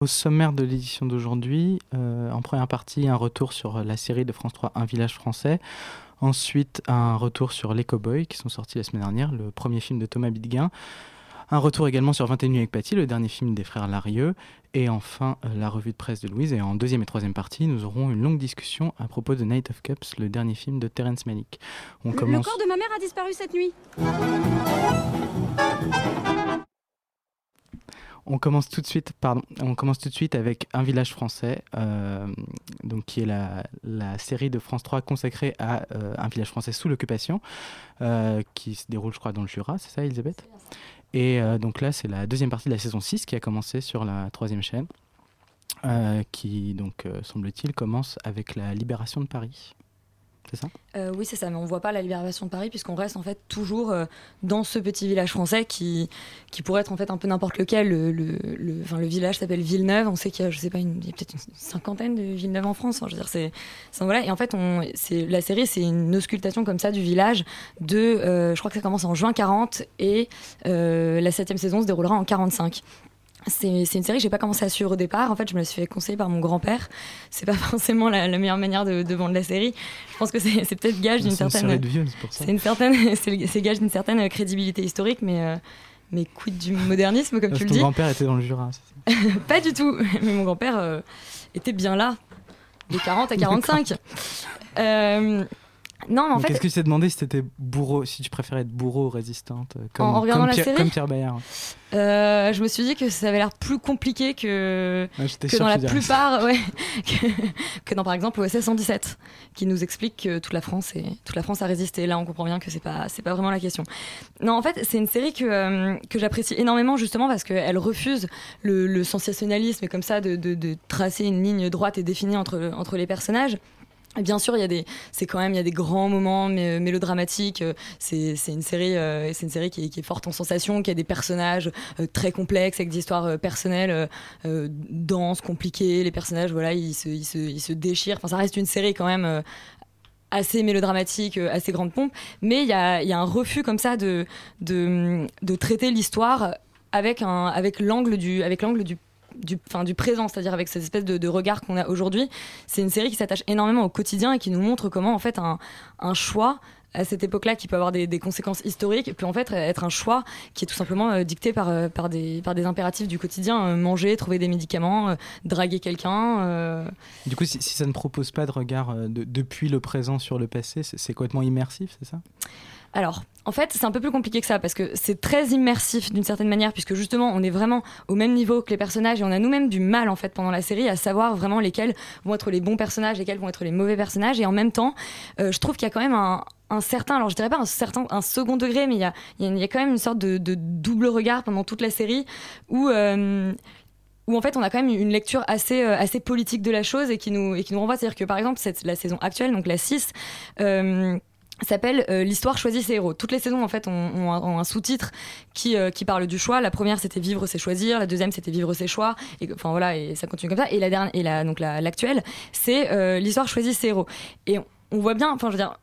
Au sommaire de l'édition d'aujourd'hui, en première partie, un retour sur la série de France 3 Un village français. Ensuite, un retour sur Les Cowboys qui sont sortis la semaine dernière, le premier film de Thomas Bidguin. Un retour également sur 21 nuits avec Paty, le dernier film des frères Larieux. Et enfin, la revue de presse de Louise. Et en deuxième et troisième partie, nous aurons une longue discussion à propos de Night of Cups, le dernier film de Terrence Malick. Le corps de ma mère a disparu cette nuit. On commence tout de suite avec Un village français, donc qui est la série de France 3 consacrée à un village français sous l'occupation, qui se déroule, je crois, dans le Jura, c'est ça, Elisabeth ? Et donc là, c'est la deuxième partie de la saison 6 qui a commencé sur la troisième chaîne, qui, donc, semble-t-il, commence avec la libération de Paris. C'est ça ? Oui, c'est ça, mais on ne voit pas la libération de Paris puisqu'on reste en fait toujours dans ce petit village français qui pourrait être en fait un peu n'importe lequel. Le village s'appelle Villeneuve. On sait qu'il y a, je sais pas, il y a peut-être une cinquantaine de Villeneuve en France. Enfin, je veux dire, voilà. Et en fait, la série, c'est une auscultation comme ça du village je crois que ça commence en juin 40 et la 7e saison se déroulera en 45. C'est une série que j'ai pas commencé à suivre au départ. En fait, je me la suis fait conseiller par mon grand-père. C'est pas forcément la meilleure manière de vendre la série. Je pense que c'est peut-être gage d'une certaine. C'est une série de vieux, c'est pour ça. C'est gage d'une certaine crédibilité historique, mais quid du modernisme, comme tu le dis. Ton grand-père était dans le Jura, c'est ça ? Pas du tout. Mais mon grand-père était bien là, de 40 à 45. Non, mais en fait. Qu'est-ce que tu t'es demandé si t'étais bourreau, si tu préférais être bourreau ou résistante, en regardant la série, comme Pierre Bayard. Je me suis dit que ça avait l'air plus compliqué que dans la plupart, que dans par exemple OSS 117, qui nous explique que toute la France a résisté. Là, on comprend bien que c'est pas vraiment la question. Non, en fait, c'est une série que j'apprécie énormément justement parce qu'elle refuse le sensationnalisme et comme ça de tracer une ligne droite et définie entre les personnages. Et bien sûr, il y a des grands moments mélodramatiques. C'est une série qui est forte en sensations, qui a des personnages très complexes avec des histoires personnelles denses, compliquées. Les personnages, voilà, ils se déchirent. Enfin, ça reste une série quand même assez mélodramatique, assez grande pompe. Mais il y a un refus comme ça de traiter l'histoire avec l'angle du présent, c'est-à-dire avec cette espèce de regard qu'on a aujourd'hui. C'est une série qui s'attache énormément au quotidien et qui nous montre comment en fait un choix à cette époque-là qui peut avoir des conséquences historiques peut en fait être un choix qui est tout simplement dicté par des impératifs du quotidien, manger, trouver des médicaments, draguer quelqu'un. Du coup, si ça ne propose pas de regard depuis le présent sur le passé, c'est complètement immersif, c'est ça ? Alors, en fait, c'est un peu plus compliqué que ça parce que c'est très immersif d'une certaine manière puisque justement, on est vraiment au même niveau que les personnages et on a nous-mêmes du mal en fait pendant la série à savoir vraiment lesquels vont être les bons personnages, lesquels vont être les mauvais personnages et en même temps, je trouve qu'il y a quand même un certain, alors je dirais pas un second degré, mais il y a quand même une sorte de double regard pendant toute la série où en fait on a quand même une lecture assez politique de la chose et qui nous renvoie, c'est-à-dire que par exemple la saison actuelle, donc la 6, s'appelle L'histoire choisit ses héros. Toutes les saisons en fait ont un sous-titre qui parle du choix. La première c'était Vivre c'est choisir, la deuxième c'était Vivre c'est choix et enfin voilà et ça continue comme ça et la dernière donc l'actuelle c'est L'histoire choisit ses héros. Et on voit bien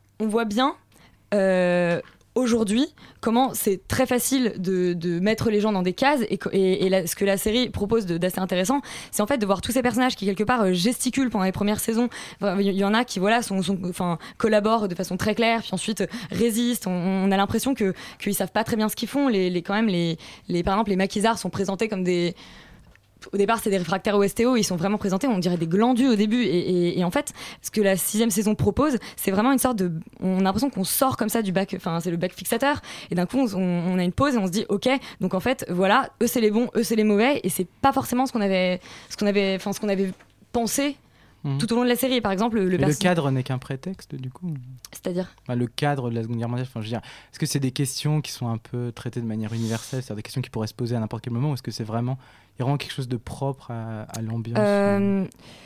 aujourd'hui comment c'est très facile de mettre les gens dans des cases et ce que la série propose d'assez intéressant, c'est en fait de voir tous ces personnages qui quelque part gesticulent pendant les premières saisons. Il y en a qui voilà collaborent de façon très claire puis ensuite résistent. On a l'impression qu'ils savent pas très bien ce qu'ils font. Quand même par exemple les maquisards sont présentés comme des... Au départ, c'est des réfractaires au STO, ils sont vraiment présentés, on dirait des glandus au début. Et en fait, ce que la 6e saison propose, c'est vraiment une sorte de... On a l'impression qu'on sort comme ça du bac, enfin, c'est le bac fixateur. Et d'un coup, on a une pause et on se dit, ok, donc en fait, voilà, eux c'est les bons, eux c'est les mauvais. Et c'est pas forcément ce qu'on avait pensé tout au long de la série. Par exemple, le cadre n'est qu'un prétexte, du coup. C'est-à-dire le cadre de la Seconde Guerre mondiale, je veux dire, est-ce que c'est des questions qui sont un peu traitées de manière universelle, c'est-à-dire des questions qui pourraient se poser à n'importe quel moment, ou est-ce que c'est vraiment, il y a vraiment quelque chose de propre à l'ambiance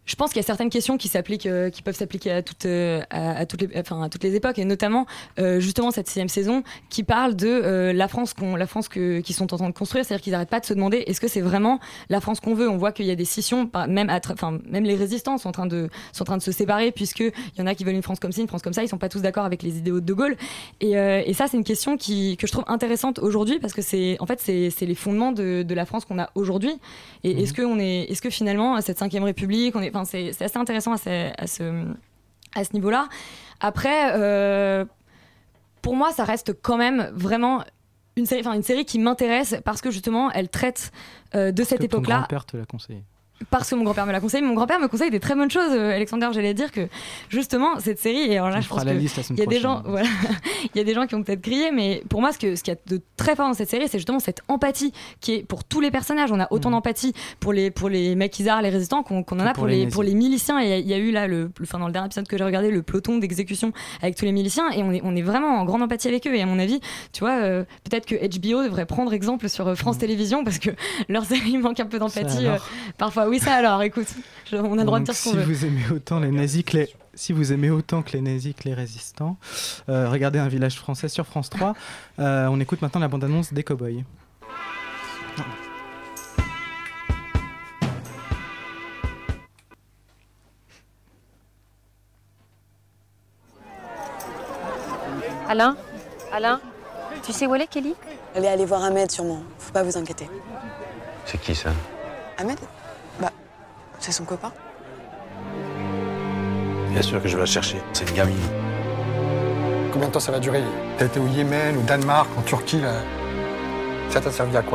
je pense qu'il y a certaines questions qui peuvent s'appliquer à toutes les époques, et notamment justement cette 6e saison qui parle de la France qu'ils sont en train de construire, c'est-à-dire qu'ils n'arrêtent pas de se demander est-ce que c'est vraiment la France qu'on veut. On voit qu'il y a des scissions, même les résistants sont en train de se séparer, puisqu'il y en a qui veulent une France comme ci, une France comme ça, ils sont pas tous d'accord avec les idéaux de Gaulle, et ça c'est une question que je trouve intéressante aujourd'hui, parce que c'est les fondements de la France qu'on a aujourd'hui, et est-ce que finalement cette 5e République, c'est assez intéressant à ce niveau-là. Après, pour moi, ça reste quand même vraiment une série qui m'intéresse, parce que justement, elle traite de cette époque-là. Ton grand-père te l'a conseillé. Parce que mon grand-père me l'a conseillé. Mon grand-père me conseille des très bonnes choses, Alexander. J'allais dire que justement cette série, et alors là, je pense qu'il y a des gens, voilà, il y a des gens qui ont peut-être crié, mais pour moi, ce qu'il y a de très fort dans cette série, c'est justement cette empathie qui est pour tous les personnages. On a autant d'empathie pour les maquisards, les résistants, qu'on en a pour les miliciens. Et il y a eu là, dans le dernier épisode que j'ai regardé, le peloton d'exécution avec tous les miliciens, et on est vraiment en grande empathie avec eux. Et à mon avis, tu vois, peut-être que HBO devrait prendre exemple sur France Télévisions, parce que leur série manque un peu d'empathie parfois. Oui, ça alors, écoute, on a le droit de dire ce qu'on veut. Si vous aimez autant les nazis que les nazis que les résistants, regardez Un village français sur France 3. On écoute maintenant la bande-annonce des Cowboys. Alain, tu sais où elle est, Kelly ? Elle est allée voir Ahmed, sûrement. Faut pas vous inquiéter. C'est qui, ça ? Ahmed ? Bah, c'est son copain. Bien sûr que je vais la chercher. C'est une gamine. Combien de temps ça va durer ? T'as été au Yémen, au Danemark, en Turquie, là. Ça t'a servi à quoi ?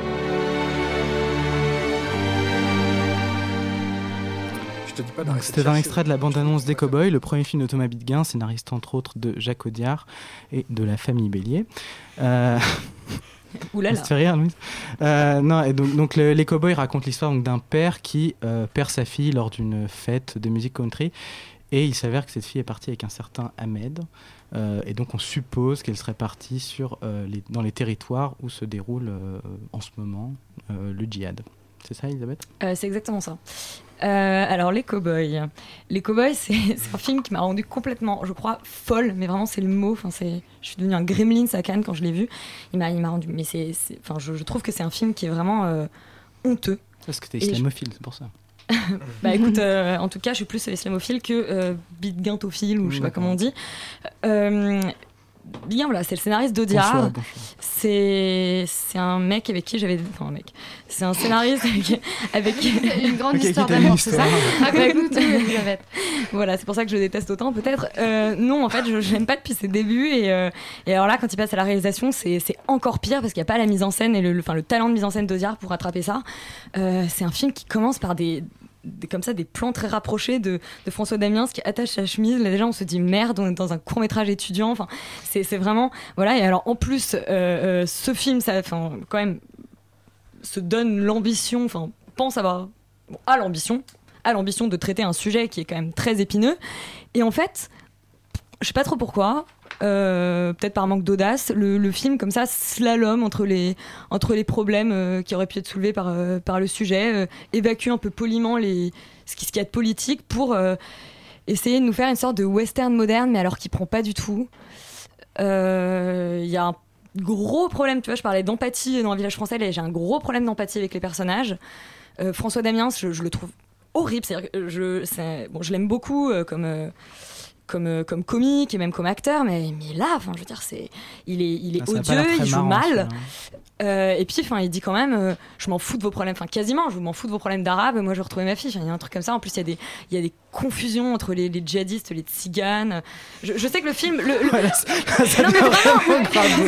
C'était un extrait de la bande-annonce des Cowboys, le premier film de Thomas Bidguin, scénariste entre autres de Jacques Audiard et de La Famille Bélier. Oulala. Ça te fait rire, Louise ? Non, et donc les Cowboys racontent l'histoire d'un père qui perd sa fille lors d'une fête de musique country, et il s'avère que cette fille est partie avec un certain Ahmed, et donc on suppose qu'elle serait partie dans les territoires où se déroule en ce moment le djihad. C'est ça, Elisabeth ? C'est exactement ça. Alors, Les Cowboys. Les Cowboys, c'est un film qui m'a rendu complètement, je crois, folle, mais vraiment, c'est le mot. Je suis devenue un gremlin à Cannes quand je l'ai vu. Il m'a rendu. Mais je trouve que c'est un film qui est vraiment honteux. Parce que t'es islamophile, c'est pour ça. Bah écoute, en tout cas, je suis plus islamophile que bidguintophile, ou je sais pas comment on dit. Bien, voilà, c'est le scénariste d'Audiard. C'est un mec avec qui j'avais... Enfin, un mec. C'est un scénariste avec qui... Une grande histoire d'amour, c'est ça ? Raconte-nous tout, Elisabeth. Voilà, c'est pour ça que je le déteste autant, peut-être. Non, en fait, je l'aime pas depuis ses débuts. Et alors là, quand il passe à la réalisation, c'est encore pire, parce qu'il n'y a pas la mise en scène et le talent de mise en scène d'Audiard pour rattraper ça. C'est un film qui commence par des plans très rapprochés de François Damiens qui attache sa chemise. Là, déjà, on se dit merde, on est dans un court-métrage étudiant. Enfin, c'est vraiment... Voilà, et alors, en plus, ce film, ça, quand même, se donne l'ambition, pense avoir... a l'ambition de traiter un sujet qui est quand même très épineux. Et en fait, je sais pas trop pourquoi... peut-être par manque d'audace, le film comme ça slalom entre les problèmes qui auraient pu être soulevés par le sujet, évacue un peu poliment ce qu'il y a de politique pour essayer de nous faire une sorte de western moderne, mais alors qui prend pas du tout. Il y a un gros problème, tu vois, je parlais d'empathie dans Un village français, là, j'ai un gros problème d'empathie avec les personnages. François Damiens, je le trouve horrible, c'est-à-dire que je l'aime beaucoup comme comique et même comme acteur, mais là, je veux dire, il est odieux, il joue mal. Et puis, il dit quand même, je m'en fous de vos problèmes, quasiment, je m'en fous de vos problèmes d'arabe, moi je vais retrouver ma fille. Il y a un truc comme ça. En plus, il y a des confusions entre les djihadistes, les tziganes. Je sais que le film, non mais vraiment,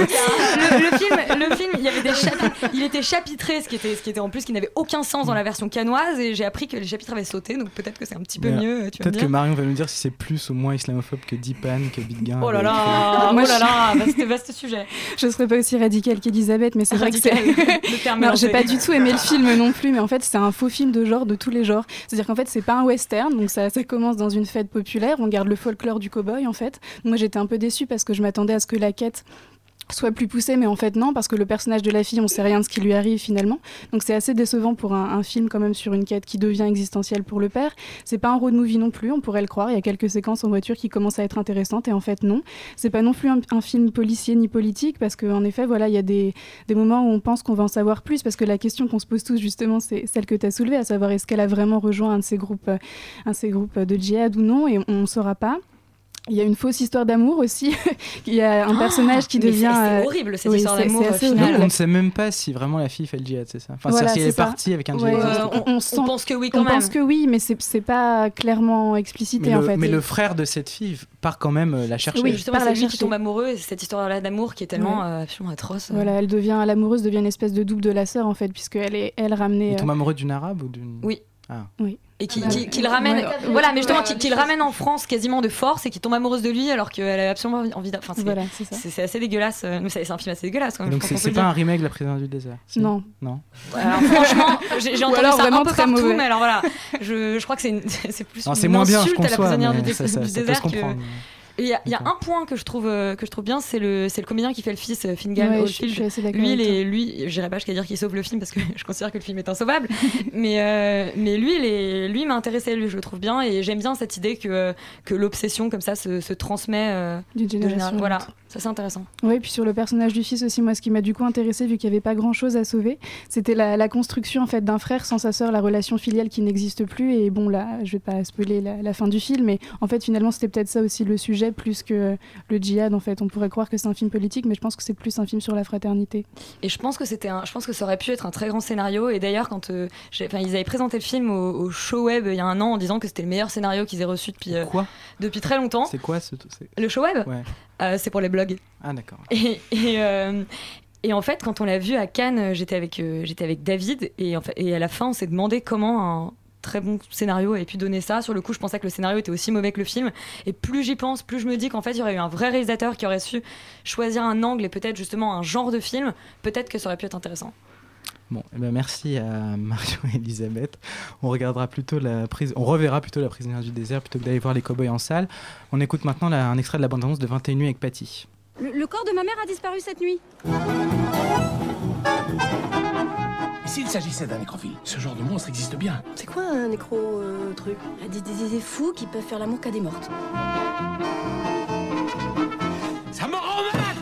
le film, il y avait des chapitres, il était chapitré, ce qui était en plus qui n'avait aucun sens dans la version cannoise, et j'ai appris que les chapitres avaient sauté, donc peut-être que c'est un petit peu mieux. Peut-être que Marion va nous dire si c'est plus ou moins islamophobe que Dipan, que Bidguin. Oh là là, vaste sujet. Je serais pas aussi radicale qu'Elisabeth, mais c'est vrai que c'est... Non, j'ai pas du tout aimé le film non plus, mais en fait c'est un faux film de tous les genres. C'est-à-dire qu'en fait c'est pas un western, donc ça commence dans une fête populaire, on garde le folklore du cow-boy en fait. Moi j'étais un peu déçue parce que je m'attendais à ce que la quête soit plus poussé, mais en fait non, parce que le personnage de la fille, on sait rien de ce qui lui arrive finalement. Donc c'est assez décevant pour un film quand même sur une quête qui devient existentielle pour le père. C'est pas un road movie non plus, on pourrait le croire. Il y a quelques séquences en voiture qui commencent à être intéressantes et en fait non. C'est pas non plus un film policier ni politique, parce qu'en effet, voilà, il y a des moments où on pense qu'on va en savoir plus, parce que la question qu'on se pose tous justement, c'est celle que tu as soulevée, à savoir est-ce qu'elle a vraiment rejoint un de ces groupes de djihad ou non, et on ne saura pas. Il y a une fausse histoire d'amour aussi. Il y a un personnage qui devient... C'est horrible cette histoire d'amour. On ne sait même pas si vraiment la fille fait le djihad, c'est ça. Enfin, voilà, si elle est partie avec un djihad. On pense que oui quand même. On pense que oui, mais c'est pas clairement explicité en fait. Mais le frère de cette fille part quand même la chercher. Oui, justement, c'est lui qui tombe amoureux, et cette histoire-là d'amour qui est tellement absolument atroce. Voilà, l'amoureuse devient une espèce de double de la sœur en fait, puisqu'elle ramenée... Il tombe amoureux d'une arabe ou d'une... Oui. Ah. Oui. Et qui le ramène, voilà, mais justement qui le ramène en France quasiment de force, et qui tombe amoureuse de lui alors qu'elle a absolument envie de... Enfin, c'est assez dégueulasse, mais c'est un film assez dégueulasse quand même. Donc c'est pas un remake de La prisonnière du désert? Non. Alors franchement, j'ai entendu ça un peu partout, mauvais. Mais alors voilà, je crois que c'est plus une insulte à La prisonnière du désert que... Il y a un point que je trouve bien, c'est le comédien qui fait le fils, Fingal Oldfield. Lui, j'irai pas jusqu'à dire qu'il sauve le film parce que je considère que le film est insauvable, mais lui m'a intéressé, lui je le trouve bien, et j'aime bien cette idée que l'obsession comme ça se transmet d'une génération. Voilà, ça c'est intéressant. Oui, puis sur le personnage du fils aussi, moi ce qui m'a du coup intéressé, vu qu'il n'y avait pas grand chose à sauver, c'était la construction en fait d'un frère sans sa sœur, la relation filiale qui n'existe plus. Et bon là, je vais pas spoiler la fin du film, mais en fait finalement c'était peut-être ça aussi le sujet, plus que le djihad en fait. On pourrait croire que c'est un film politique, mais je pense que c'est plus un film sur la fraternité. Et je pense que ça aurait pu être un très grand scénario. Et d'ailleurs, quand ils avaient présenté le film au Show Web il y a un an en disant que c'était le meilleur scénario qu'ils aient reçu depuis très longtemps. C'est quoi le Show Web? Ouais. C'est pour les blogs. Ah d'accord. Et en fait, quand on l'a vu à Cannes, j'étais avec David, et à la fin, on s'est demandé comment un très bon scénario avait pu donner ça. Sur le coup, je pensais que le scénario était aussi mauvais que le film, et plus j'y pense, plus je me dis qu'en fait il y aurait eu un vrai réalisateur qui aurait su choisir un angle et peut-être justement un genre de film, peut-être que ça aurait pu être intéressant. Bon, merci à Marion et Elisabeth. On reverra plutôt La prisonnière du désert plutôt que d'aller voir Les Cowboys en salle. On écoute maintenant un extrait de la bande-annonce de 21 nuits avec Patty. Le corps de ma mère a disparu cette nuit. S'il s'agissait d'un nécrophile, ce genre de monstre existe bien. C'est quoi un nécro-truc? Des fous qui peuvent faire l'amour qu'à des mortes. Ça me rend malade!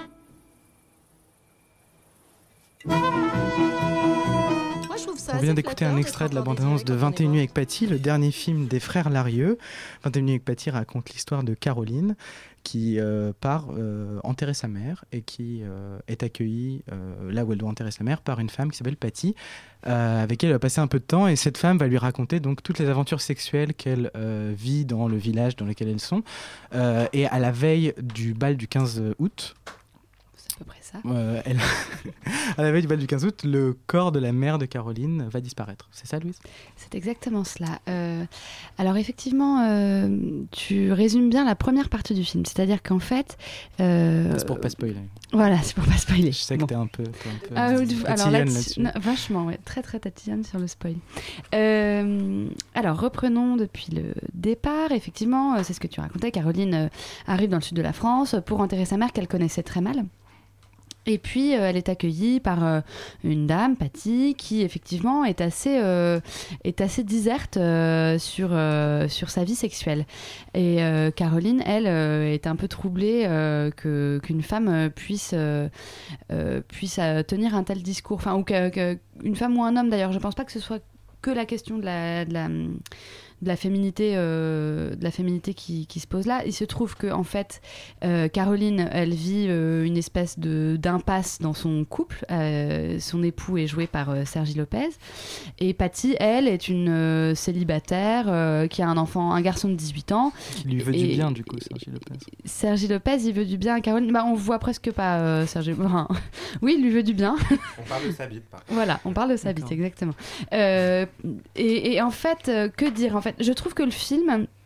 On vient d'écouter un extrait de la bande-annonce de 21 nuits avec Patty, le dernier film des frères Larieux. 21 nuits avec Patty raconte l'histoire de Caroline qui part enterrer sa mère et qui est accueillie là où elle doit enterrer sa mère par une femme qui s'appelle Patty, avec qui elle va passer un peu de temps, et cette femme va lui raconter donc toutes les aventures sexuelles qu'elle vit dans le village dans lequel elles sont. Et à la veille du bal du 15 août, à peu près ça. À la veille du bal du 15 août, le corps de la mère de Caroline va disparaître. C'est ça, Louise? C'est exactement cela. Alors effectivement, tu résumes bien la première partie du film. C'est-à-dire qu'en fait... c'est pour pas spoiler. Voilà, c'est pour pas spoiler. Je sais que t'es un peu alors là-dessus. Vachement, ouais, très très tatillonne sur le spoil. Alors reprenons depuis le départ. Effectivement, c'est ce que tu racontais. Caroline arrive dans le sud de la France pour enterrer sa mère qu'elle connaissait très mal. Et puis, elle est accueillie par une dame, Patty, qui effectivement est assez diserte sur sa vie sexuelle. Et Caroline, elle, est un peu troublée qu'une femme puisse tenir un tel discours. Enfin, ou qu'une femme ou un homme, d'ailleurs. Je ne pense pas que ce soit que la question de la féminité qui se pose là. Il se trouve que en fait Caroline, elle vit une espèce d'impasse dans son couple. Son époux est joué par Sergi Lopez, et Patty, elle, est une célibataire qui a un garçon de 18 ans qui lui veut du bien. Du coup, Sergi Lopez, il veut du bien à Caroline. On voit presque pas Sergi. Oui, il lui veut du bien. On parle de sa bite, par contre. Voilà, on parle de sa bite, exactement. Et en fait, que dire en fait, je trouve que le film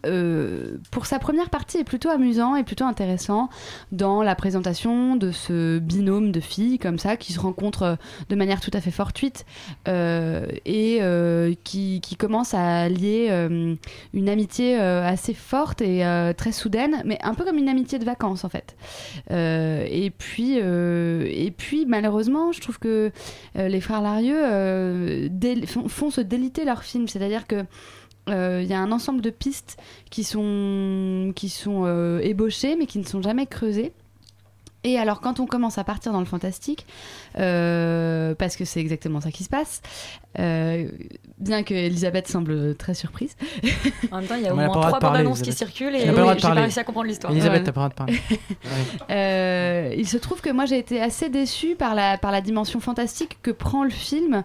pour sa première partie, est plutôt amusant et plutôt intéressant dans la présentation de ce binôme de filles comme ça qui se rencontrent de manière tout à fait fortuite et qui commencent à lier une amitié assez forte et très soudaine, mais un peu comme une amitié de vacances en fait. Et puis malheureusement, je trouve que les frères Larieux font se déliter leur film, c'est-à-dire que y a un ensemble de pistes qui sont ébauchées mais qui ne sont jamais creusées. Et alors quand on commence à partir dans le fantastique, parce que c'est exactement ça qui se passe, bien que Elisabeth semble très surprise. En même temps, il y a au moins 3 bandes annonces qui circulent et j'ai pas réussi à comprendre l'histoire. Elisabeth, t'as pas le droit de parler. Il se trouve que moi j'ai été assez déçue par la dimension fantastique que prend le film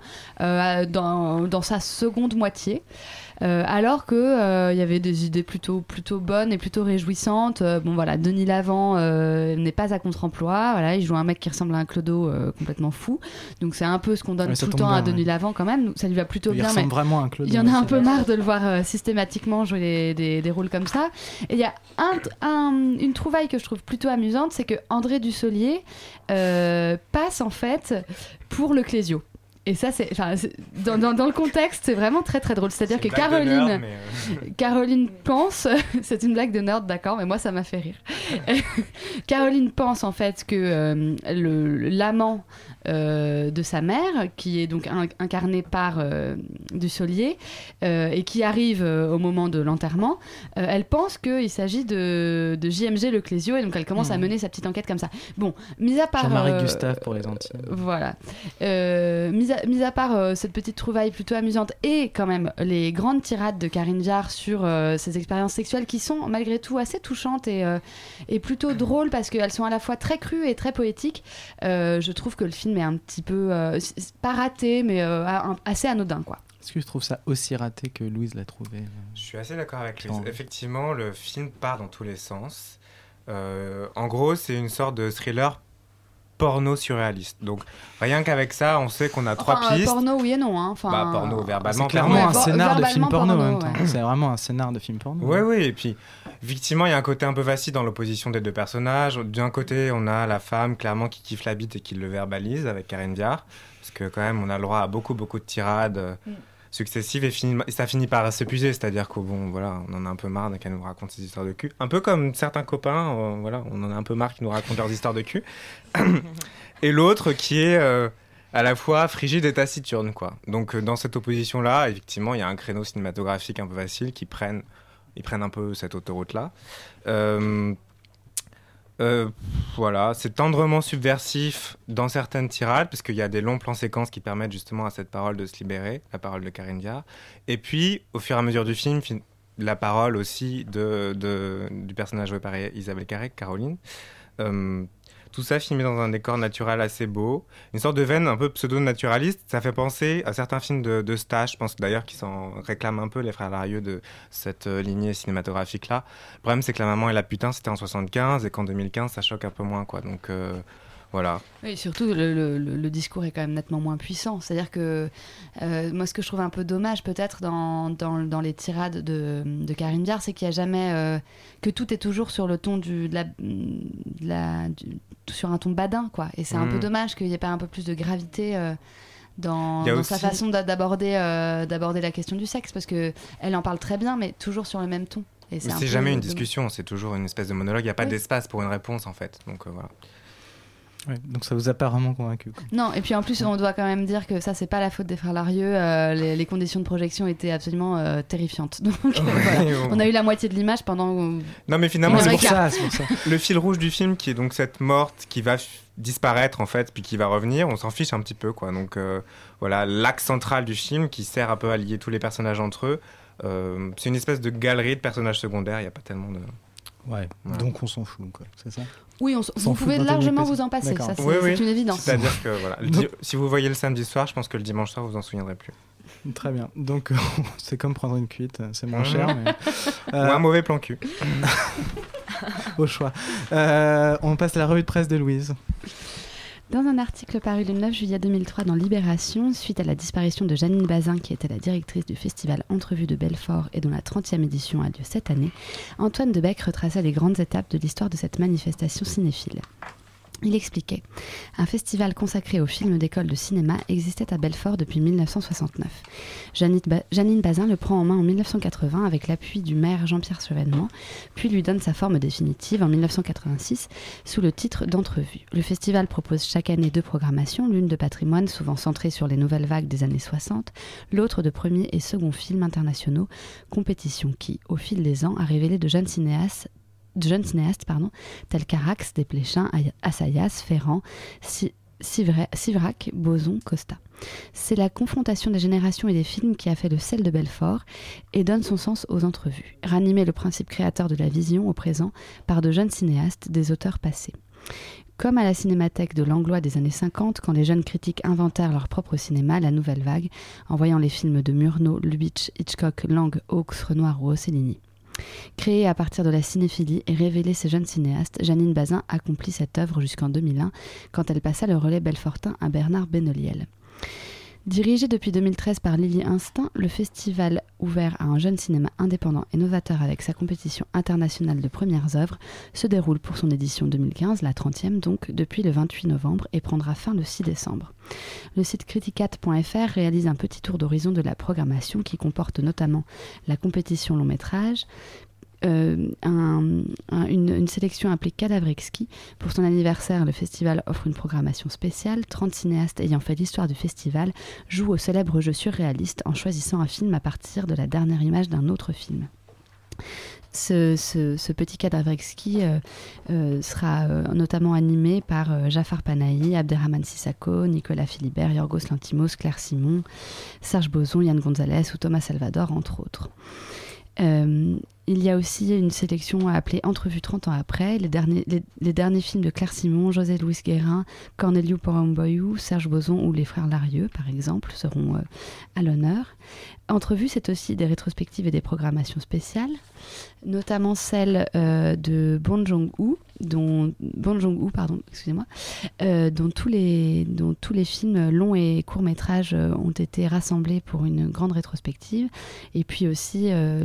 dans sa seconde moitié. Alors que y avait des idées plutôt bonnes et plutôt réjouissantes. Bon voilà, Denis Lavant n'est pas à contre-emploi. Voilà, il joue un mec qui ressemble à un clodo complètement fou. Donc c'est un peu ce qu'on donne tout le temps à Denis Lavant quand même. Ça lui va plutôt bien. Il ressemble vraiment à un clodo. Il y en a un peu marre de le voir systématiquement jouer des rôles comme ça. Et il y a une trouvaille que je trouve plutôt amusante, c'est que André Dussolier passe en fait pour le Clésio. Et ça, dans le contexte, c'est vraiment très très drôle. C'est-à-dire que Caroline pense, c'est une blague de nerd, d'accord, mais moi ça m'a fait rire. Caroline pense en fait que l'amant de sa mère, qui est donc incarné par Dussolier, et qui arrive au moment de l'enterrement, elle pense qu'il s'agit de JMG Le Clésio, et donc elle commence à mener sa petite enquête comme ça. Bon, mis à part Jean-Marie Gustave pour les Antilles. Voilà. Mis à part cette petite trouvaille plutôt amusante et quand même les grandes tirades de Karine Viard sur ses expériences sexuelles qui sont malgré tout assez touchantes et plutôt drôles parce qu'elles sont à la fois très crues et très poétiques, je trouve que le film est un petit peu pas raté mais assez anodin quoi. Est-ce que je trouve ça aussi raté que Louise l'a trouvé? Je suis assez d'accord avec Louise. Effectivement, le film part dans tous les sens. En gros, c'est une sorte de thriller porno surréaliste. Donc rien qu'avec ça, on sait qu'on a 3 pistes. Porno oui et non. Hein. Porno verbalement. C'est clairement un scénar de film porno en même temps. Ouais. C'est vraiment un scénar de film porno. Oui. Et puis effectivement, il y a un côté un peu facile dans l'opposition des deux personnages. D'un côté, on a la femme clairement qui kiffe la bite et qui le verbalise avec Karine Viard, parce que quand même, on a le droit à beaucoup de tirades. Successives et ça finit par s'épuiser, c'est-à-dire qu'on on en a un peu marre qu'elle nous raconte ses histoires de cul. Un peu comme certains copains, on en a un peu marre qu'ils nous racontent leurs histoires de cul. Et l'autre qui est à la fois frigide et taciturne, quoi. Donc dans cette opposition-là, effectivement, il y a un créneau cinématographique un peu facile ils prennent un peu cette autoroute-là. Voilà, c'est tendrement subversif dans certaines tirades, parce qu'il y a des longs plans séquences qui permettent justement à cette parole de se libérer, la parole de Karine Viard. Et puis, au fur et à mesure du film, la parole aussi du personnage joué par Isabelle Carré, Caroline. Tout ça filmé dans un décor naturel assez beau. Une sorte de veine un peu pseudo-naturaliste. Ça fait penser à certains films de stage, je pense d'ailleurs qu'ils s'en réclament un peu, les frères Larieux, de cette lignée cinématographique-là. Le problème, c'est que La maman et la putain, c'était en 75, et qu'en 2015, ça choque un peu moins, quoi. Donc, voilà. Oui, surtout, le discours est quand même nettement moins puissant. C'est-à-dire que moi, ce que je trouve un peu dommage, peut-être, dans les tirades de Karine Viard, c'est qu'il n'y a jamais... que tout est toujours sur le ton sur un ton badin, quoi. Et c'est un peu dommage qu'il n'y ait pas un peu plus de gravité dans sa façon d'aborder la question du sexe, parce qu'elle en parle très bien, mais toujours sur le même ton. Et c'est jamais une discussion, c'est toujours une espèce de monologue. Il n'y a pas d'espace pour une réponse, en fait. Donc, voilà. Ouais, donc ça vous a pas vraiment convaincu, quoi. Non, et puis en plus on doit quand même dire que ça c'est pas la faute des frères Larieux, les conditions de projection étaient absolument terrifiantes. Donc voilà. On a eu la moitié de l'image pendant... Non mais finalement c'est pour ça. Le fil rouge du film qui est donc cette morte qui va disparaître en fait puis qui va revenir, on s'en fiche un petit peu, quoi. Donc voilà, l'axe central du film qui sert un peu à lier tous les personnages entre eux, c'est une espèce de galerie de personnages secondaires, il n'y a pas tellement de... Ouais, donc on s'en fout, quoi, c'est ça? Oui, vous pouvez largement vous en passer, ça c'est une évidence. C'est-à-dire que voilà, si vous voyez le samedi soir, je pense que le dimanche soir vous en souviendrez plus. Très bien, donc c'est comme prendre une cuite, c'est moins cher. Mais... Ou un mauvais plan cul. Au choix. On passe à la revue de presse de Louise. Dans un article paru le 9 juillet 2003 dans Libération, suite à la disparition de Jeannine Bazin, qui était la directrice du festival Entrevue de Belfort et dont la 30e édition a lieu cette année, Antoine Debec retraça les grandes étapes de l'histoire de cette manifestation cinéphile. Il expliquait « Un festival consacré aux films d'école de cinéma existait à Belfort depuis 1969. Jeannine Bazin le prend en main en 1980 avec l'appui du maire Jean-Pierre Chevènement, puis lui donne sa forme définitive en 1986 sous le titre d'Entrevue. Le festival propose chaque année 2 programmations, l'une de patrimoine souvent centrée sur les nouvelles vagues des années 60, l'autre de premier et second films internationaux, compétition qui, au fil des ans, a révélé de jeunes cinéastes tels qu'Arax, Desplechin, Assayas, Ferrand, Sivrac, Boson, Costa. C'est la confrontation des générations et des films qui a fait le sel de Belfort et donne son sens aux entrevues. Ranimer le principe créateur de la vision au présent par de jeunes cinéastes, des auteurs passés. Comme à la Cinémathèque de Langlois des années 50, quand les jeunes critiques inventèrent leur propre cinéma, la nouvelle vague, en voyant les films de Murnau, Lubitsch, Hitchcock, Lang, Hawks, Renoir ou Rossellini. Créée à partir de la cinéphilie et révélée ces jeunes cinéastes, Jeannine Bazin accomplit cette œuvre jusqu'en 2001, quand elle passa le relais belfortin à Bernard Benoliel. Dirigé depuis 2013 par Lily Instinct, le festival ouvert à un jeune cinéma indépendant et novateur avec sa compétition internationale de premières œuvres se déroule pour son édition 2015, la 30e donc, depuis le 28 novembre et prendra fin le 6 décembre. Le site criticat.fr réalise un petit tour d'horizon de la programmation qui comporte notamment la compétition long métrage, une sélection appelée Cadavrexki. Pour son anniversaire, le festival offre une programmation spéciale. 30 cinéastes ayant fait l'histoire du festival jouent au célèbre jeu surréaliste en choisissant un film à partir de la dernière image d'un autre film. Ce petit Cadavrexki sera notamment animé par Jafar Panahi, Abderrahmane Sissako, Nicolas Philibert, Yorgos Lanthimos, Claire Simon, Serge Boson, Yann Gonzalez ou Thomas Salvador, entre autres. Il y a aussi une sélection appelée Entrevue 30 ans après, les derniers films de Claire Simon, José Luis Guérin, Corneliu Porumboiu, Serge Boson ou les frères Larieux, par exemple, seront à l'honneur. Entrevue, c'est aussi des rétrospectives et des programmations spéciales, notamment celle de Bong Joon-ho, dont tous les films longs et courts-métrages ont été rassemblés pour une grande rétrospective, et puis aussi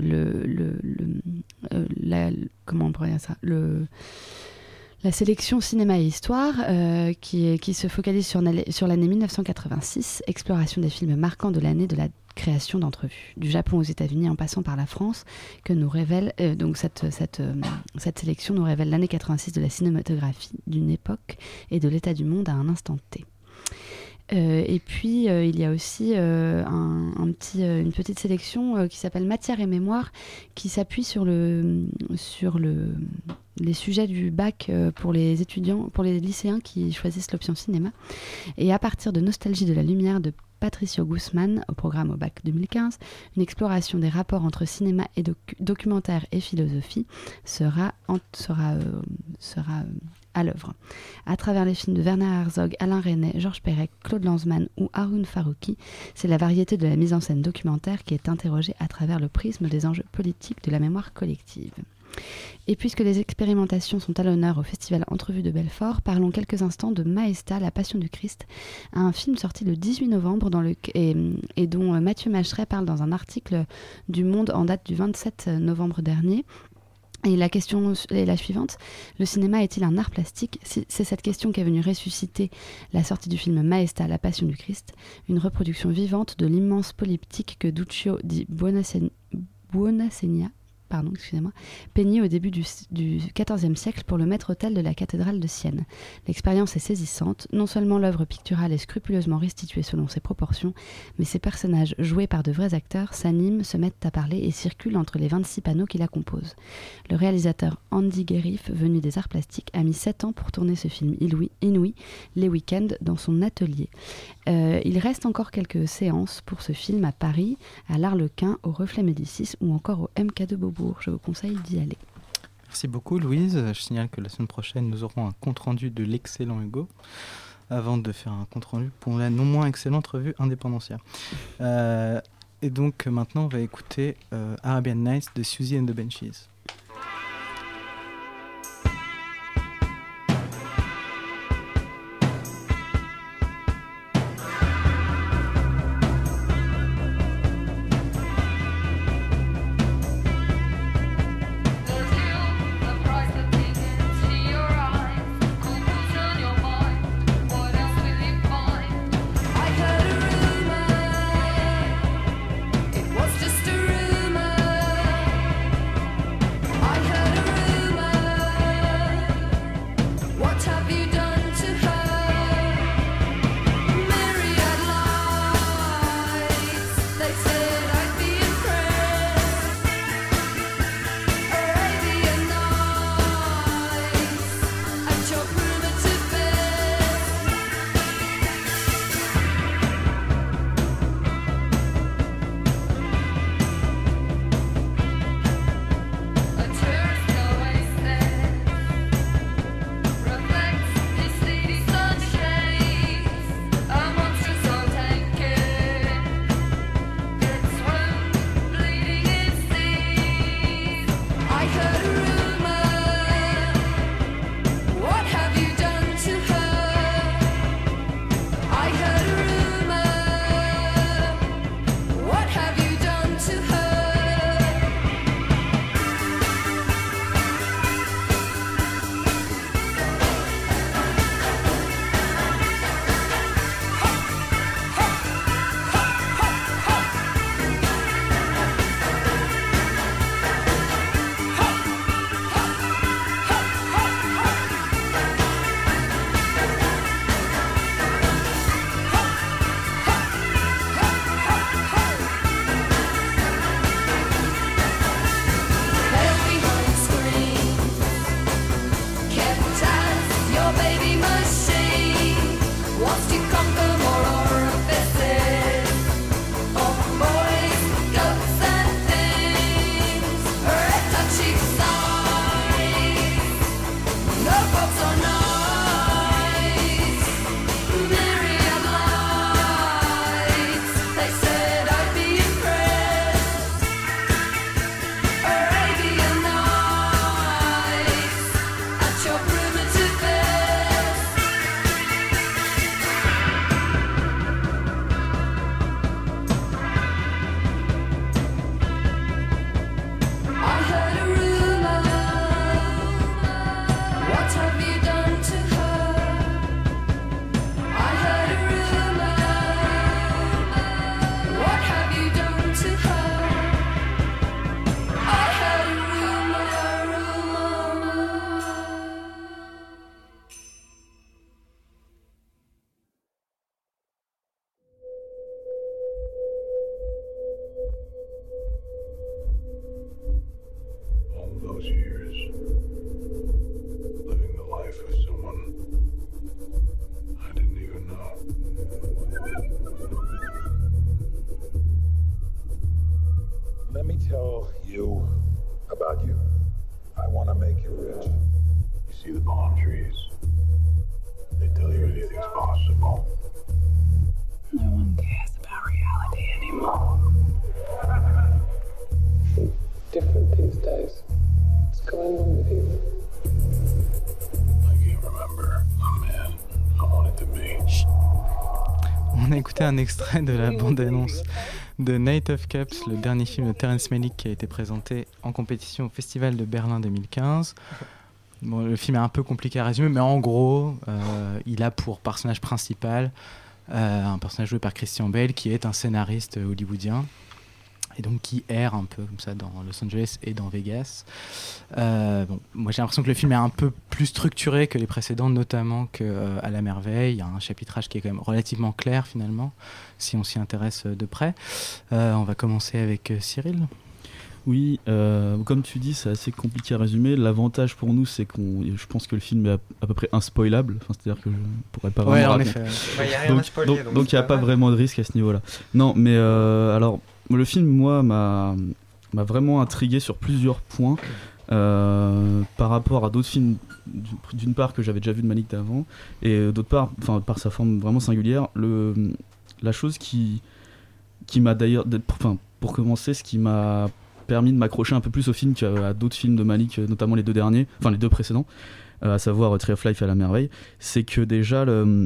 la sélection cinéma et histoire qui se focalise sur l'année 1986, exploration des films marquants de l'année de la création d'Entrevue, du Japon aux États-Unis en passant par la France, que nous révèle donc cette sélection nous révèle l'année 86 de la cinématographie d'une époque et de l'état du monde à un instant T. Et puis il y a aussi une petite sélection qui s'appelle Matière et mémoire, qui s'appuie sur les sujets du bac pour les étudiants, pour les lycéens qui choisissent l'option cinéma. Et à partir de Nostalgie de la lumière de Patricio Guzman, au programme au bac 2015, une exploration des rapports entre cinéma et documentaire et philosophie sera à l'œuvre. À travers les films de Werner Herzog, Alain Resnais, Georges Perec, Claude Lanzmann ou Haroun Farouki, c'est la variété de la mise en scène documentaire qui est interrogée à travers le prisme des enjeux politiques de la mémoire collective. Et puisque les expérimentations sont à l'honneur au Festival Entrevue de Belfort, parlons quelques instants de Maesta, la Passion du Christ, un film sorti le 18 novembre et dont Mathieu Macheret parle dans un article du Monde en date du 27 novembre dernier. Et la question est la suivante: le cinéma est-il un art plastique? C'est cette question qui est venue ressusciter la sortie du film Maesta, la Passion du Christ, une reproduction vivante de l'immense polyptyque que Duccio di Buonasegna peignit au début du XIVe siècle pour le maître-autel de la cathédrale de Sienne. L'expérience est saisissante, non seulement l'œuvre picturale est scrupuleusement restituée selon ses proportions, mais ses personnages, joués par de vrais acteurs, s'animent, se mettent à parler et circulent entre les 26 panneaux qui la composent. Le réalisateur Andy Guerif, venu des arts plastiques, a mis 7 ans pour tourner ce film inouï, les week-ends, dans son atelier. Il reste encore quelques séances pour ce film à Paris, à l'Arlequin, au Reflet Médicis ou encore au MK de Beaubourg. Je vous conseille d'y aller. Merci beaucoup Louise. Je signale que la semaine prochaine, nous aurons un compte-rendu de l'excellent Hugo, avant de faire un compte-rendu pour la non moins excellente revue Indépendancia. Et donc maintenant, on va écouter Arabian Nights de Susie and the Banshees. On a écouté un extrait de la bande-annonce de Night of Cups, le dernier film de Terrence Malick qui a été présenté en compétition au Festival de Berlin 2015. Bon, le film est un peu compliqué à résumer, mais en gros, il a pour personnage principal un personnage joué par Christian Bale qui est un scénariste hollywoodien et donc qui erre un peu comme ça dans Los Angeles et dans Vegas. Moi j'ai l'impression que le film est un peu plus structuré que les précédents, notamment qu'à la merveille. Il y a un chapitrage qui est quand même relativement clair finalement, si on s'y intéresse de près. On va commencer avec Cyril. Oui, comme tu dis, c'est assez compliqué à résumer. L'avantage pour nous, c'est je pense que le film est à peu près inspoilable. Enfin, c'est-à-dire que je pourrais pas vraiment raconter. Il n'y a rien à spoiler. Donc il n'y a pas vraiment de risque à ce niveau-là. Non, mais alors, le film, moi, m'a vraiment intrigué sur plusieurs points par rapport à d'autres films, d'une part, que j'avais déjà vu de Malick d'avant, et d'autre part, par sa forme vraiment singulière. La chose qui m'a d'ailleurs... pour commencer, ce qui m'a permis de m'accrocher un peu plus au film qu'à d'autres films de Malick, notamment les deux derniers, enfin les deux précédents, à savoir Tree of Life et À la merveille, c'est que déjà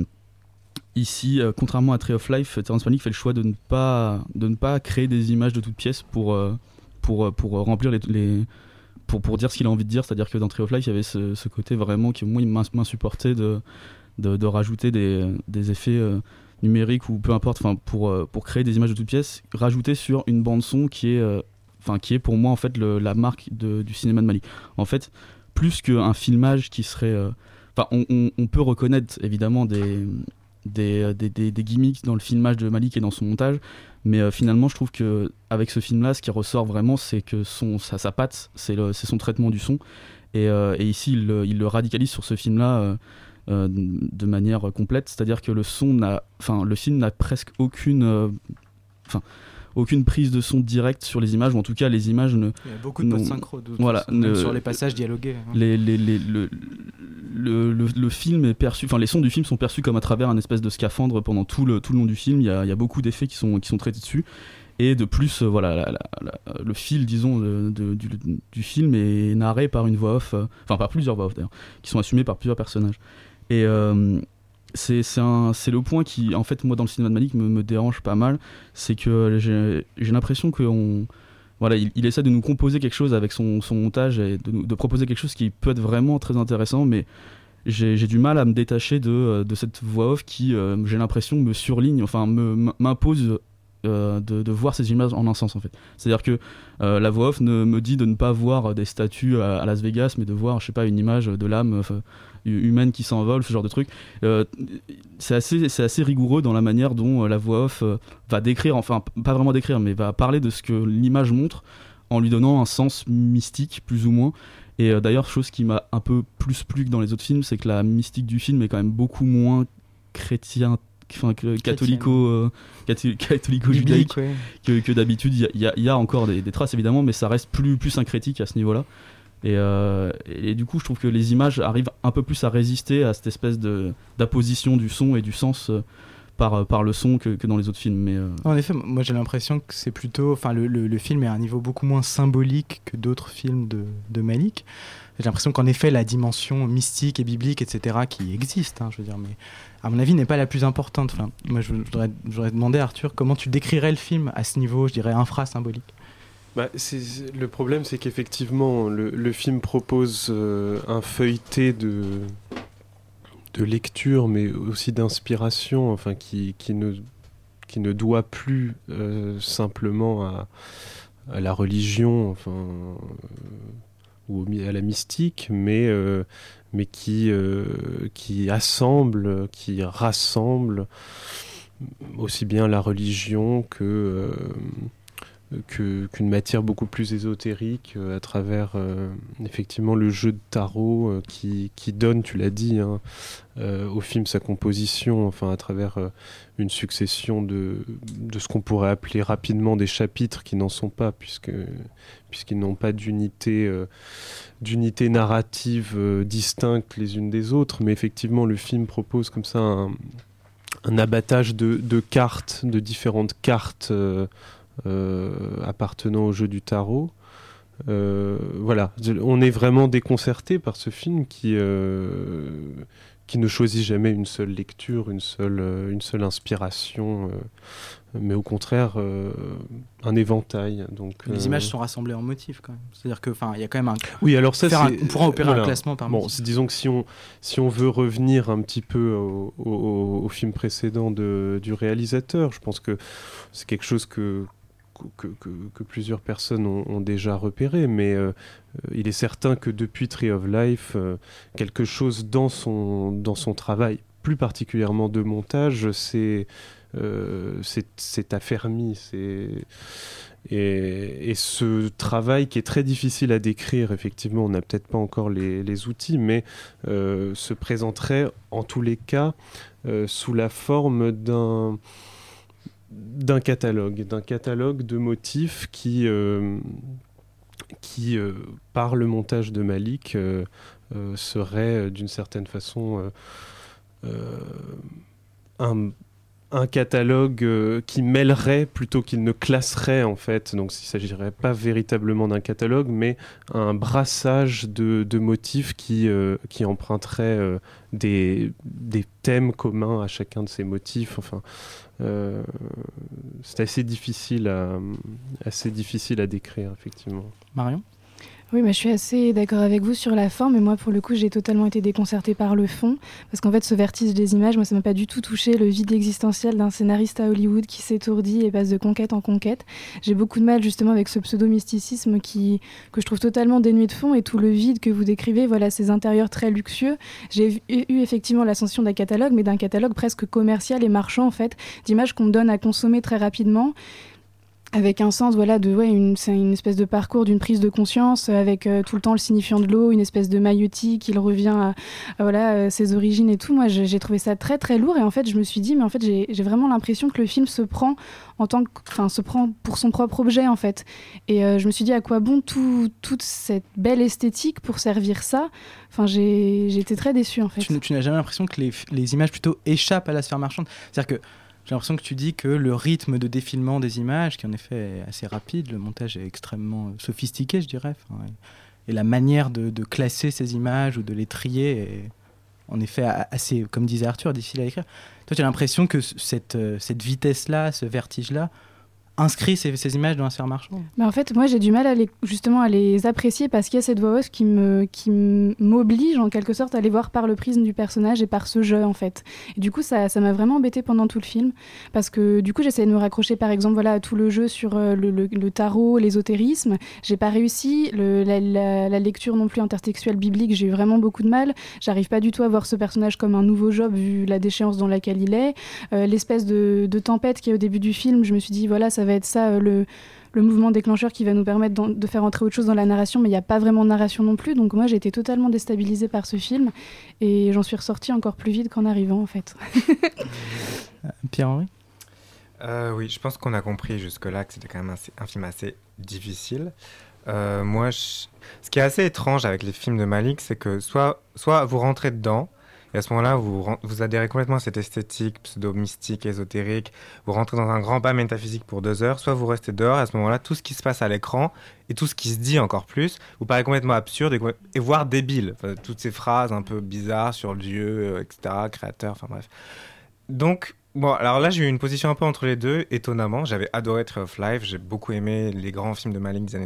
ici, contrairement à Tree of Life, Terrence Malick fait le choix de ne pas créer des images de toutes pièces pour remplir pour dire ce qu'il a envie de dire. C'est-à-dire que dans Tree of Life, il y avait ce côté vraiment qui moi m'insupportait de rajouter des effets numériques ou peu importe, pour créer des images de toutes pièces, rajouter sur une bande son qui est pour moi en fait la marque du cinéma de Malick. En fait, plus qu'un filmage qui serait... on peut reconnaître évidemment des gimmicks dans le filmage de Malick et dans son montage, mais finalement je trouve qu'avec ce film-là, ce qui ressort vraiment, c'est que sa patte, c'est son traitement du son. Et ici, il le radicalise sur ce film-là de manière complète, c'est-à-dire que le film n'a presque aucune prise de son directe sur les images, ou en tout cas les images ne... Il y a beaucoup de post-synchro, même sur les passages dialogués. Le film est perçu, les sons du film sont perçus comme à travers un espèce de scaphandre pendant tout le long du film. Il y a beaucoup d'effets qui sont traités dessus, et de plus, le fil, disons, du film est narré par une voix off, par plusieurs voix off d'ailleurs, qui sont assumées par plusieurs personnages. Et c'est le point qui, en fait, moi, dans le cinéma de Malick, me dérange pas mal. C'est que j'ai l'impression il essaie de nous composer quelque chose avec son montage et de proposer quelque chose qui peut être vraiment très intéressant, mais j'ai du mal à me détacher de cette voix off qui, j'ai l'impression, me surligne, m'impose de voir ces images en un sens, en fait. C'est-à-dire que la voix off me dit de ne pas voir des statues à Las Vegas, mais de voir, je sais pas, une image de l'âme humaine qui s'envole, ce genre de truc. C'est assez rigoureux dans la manière dont la voix off va décrire, pas vraiment décrire, mais va parler de ce que l'image montre en lui donnant un sens mystique, plus ou moins. Et d'ailleurs, chose qui m'a un peu plus plu que dans les autres films, c'est que la mystique du film est quand même beaucoup moins catholico-judaïque que d'habitude. Il y a encore des traces évidemment, mais ça reste plus syncrétique à ce niveau-là. Et du coup, je trouve que les images arrivent un peu plus à résister à cette espèce d'apposition du son et du sens par le son que dans les autres films. Mais En effet, moi j'ai l'impression que c'est plutôt... le film est à un niveau beaucoup moins symbolique que d'autres films de Malick. J'ai l'impression qu'en effet, la dimension mystique et biblique, etc., qui existe, je veux dire, mais à mon avis, n'est pas la plus importante. Moi, je voudrais demander à Arthur, comment tu décrirais le film à ce niveau, je dirais, infra-symbolique ? Le problème, c'est qu'effectivement, le film propose un feuilleté de lecture, mais aussi d'inspiration, qui ne doit plus simplement à la religion, ou à la mystique, mais qui assemble, qui rassemble aussi bien la religion qu'une matière beaucoup plus ésotérique à travers effectivement le jeu de tarot qui donne, tu l'as dit, au film sa composition, à travers une succession de ce qu'on pourrait appeler rapidement des chapitres qui n'en sont pas, puisqu'ils n'ont pas d'unité narrative distincte les unes des autres, mais effectivement le film propose comme ça un abattage de cartes, de différentes cartes appartenant au jeu du tarot. On est vraiment déconcerté par ce film qui ne choisit jamais une seule lecture, une seule inspiration, mais au contraire un éventail. Donc, les images sont rassemblées en motifs quand même. C'est-à-dire que, il y a quand même un. Oui, alors ça, on pourra opérer un classement par motif. Disons que si on veut revenir un petit peu au film précédent du réalisateur, je pense que c'est quelque chose que plusieurs personnes ont déjà repéré, mais il est certain que depuis Tree of Life, quelque chose dans son travail, plus particulièrement de montage, c'est affermi. Et ce travail qui est très difficile à décrire, effectivement, on n'a peut-être pas encore les outils, mais se présenterait en tous les cas sous la forme d'un catalogue de motifs qui par le montage de Malick, serait d'une certaine façon un catalogue qui mêlerait plutôt qu'il ne classerait, en fait. Donc il ne s'agirait pas véritablement d'un catalogue, mais un brassage de motifs qui emprunterait des thèmes communs à chacun de ces motifs. Enfin, c'est assez difficile à décrire, effectivement. Marion ? Oui, je suis assez d'accord avec vous sur la forme, et moi, pour le coup, j'ai totalement été déconcertée par le fond, parce qu'en fait, ce vertige des images, moi, ça m'a pas du tout touché, le vide existentiel d'un scénariste à Hollywood qui s'étourdit et passe de conquête en conquête. J'ai beaucoup de mal, justement, avec ce pseudo-mysticisme que je trouve totalement dénué de fond, et tout le vide que vous décrivez, voilà, ces intérieurs très luxueux. J'ai eu effectivement l'ascension d'un catalogue, mais d'un catalogue presque commercial et marchand, en fait, d'images qu'on me donne à consommer très rapidement, avec un sens, voilà, c'est une espèce de parcours d'une prise de conscience, avec tout le temps le signifiant de l'eau, une espèce de maïeutique, il revient à ses origines et tout. Moi, j'ai trouvé ça très très lourd, et en fait, je me suis dit, mais en fait, j'ai vraiment l'impression que le film se prend pour son propre objet, en fait. Et je me suis dit, à quoi bon toute cette belle esthétique pour servir ça ? Enfin, j'ai été très déçue, en fait. Tu n'as jamais l'impression que les images plutôt échappent à la sphère marchande ? C'est-à-dire que j'ai l'impression que tu dis que le rythme de défilement des images, qui en effet est assez rapide, le montage est extrêmement sophistiqué, je dirais, et la manière de classer ces images ou de les trier est en effet assez, comme disait Arthur, difficile à écrire. Toi, tu as l'impression que cette vitesse-là, ce vertige-là, inscrit ces images dans la sphère marchande. En fait, moi, j'ai du mal à les apprécier, parce qu'il y a cette voix off qui m'oblige en quelque sorte à les voir par le prisme du personnage et par ce jeu, en fait. Et du coup, ça m'a vraiment embêtée pendant tout le film, parce que du coup, j'essayais de me raccrocher, par exemple, voilà, à tout le jeu sur le tarot, l'ésotérisme. J'ai pas réussi. La lecture non plus intertextuelle biblique, j'ai eu vraiment beaucoup de mal. J'arrive pas du tout à voir ce personnage comme un nouveau Job, vu la déchéance dans laquelle il est. L'espèce de tempête qu'il y a au début du film, je me suis dit, voilà, ça va être ça, le mouvement déclencheur qui va nous permettre de faire entrer autre chose dans la narration, mais il n'y a pas vraiment de narration non plus. Donc moi, j'ai été totalement déstabilisée par ce film, et j'en suis ressortie encore plus vite qu'en arrivant, en fait. Pierre-Henri ? Oui, je pense qu'on a compris jusque-là que c'était quand même un film assez difficile. Moi, ce qui est assez étrange avec les films de Malick, c'est que soit vous rentrez dedans, et à ce moment-là, vous adhérez complètement à cette esthétique pseudo-mystique, ésotérique, vous rentrez dans un grand bain métaphysique pour 2 heures, soit vous restez dehors, et à ce moment-là, tout ce qui se passe à l'écran, et tout ce qui se dit encore plus, vous paraît complètement absurde et voire débile. Enfin, toutes ces phrases un peu bizarres sur Dieu, etc., créateur, enfin bref. Donc, bon, alors là, j'ai eu une position un peu entre les deux, étonnamment. J'avais adoré Tree of Life, j'ai beaucoup aimé les grands films de Malick des années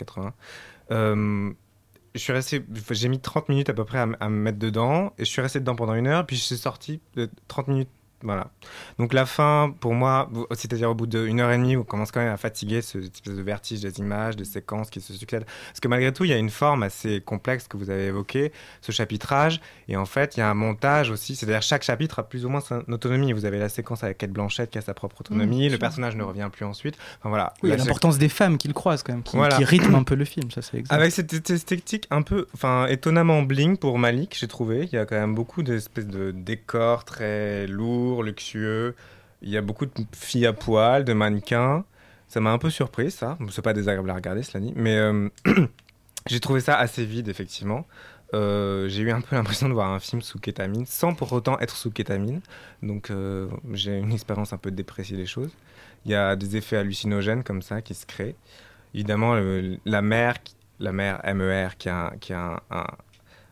70-80. J'ai mis 30 minutes à peu près à me mettre dedans, et je suis resté dedans pendant 1 heure, puis je suis sorti de 30 minutes. Voilà. Donc la fin, pour moi, c'est-à-dire au bout d'1 heure et demie, on commence quand même à fatiguer ce espèce de vertige des images, des séquences qui se succèdent. Parce que malgré tout, il y a une forme assez complexe que vous avez évoquée, ce chapitrage, et en fait, il y a un montage aussi, c'est-à-dire chaque chapitre a plus ou moins son autonomie. Vous avez la séquence avec Kate Blanchett qui a sa propre autonomie, le personnage ne revient plus ensuite. Enfin, voilà. Oui, il y a l'importance des femmes qu'il croise quand même, qui rythme un peu le film, ça c'est exact. Avec cette esthétique un peu, étonnamment bling pour Malick, j'ai trouvé. Il y a quand même beaucoup d'espèces de décors très lourds, luxueux, il y a beaucoup de filles à poil, de mannequins, ça m'a un peu surpris ça, c'est pas désagréable à regarder cela dit, mais j'ai trouvé ça assez vide effectivement. J'ai eu un peu l'impression de voir un film sous kétamine, sans pour autant être sous kétamine, donc j'ai une expérience un peu de déprécier les choses. Il y a des effets hallucinogènes comme ça qui se créent, évidemment la mère MER qui a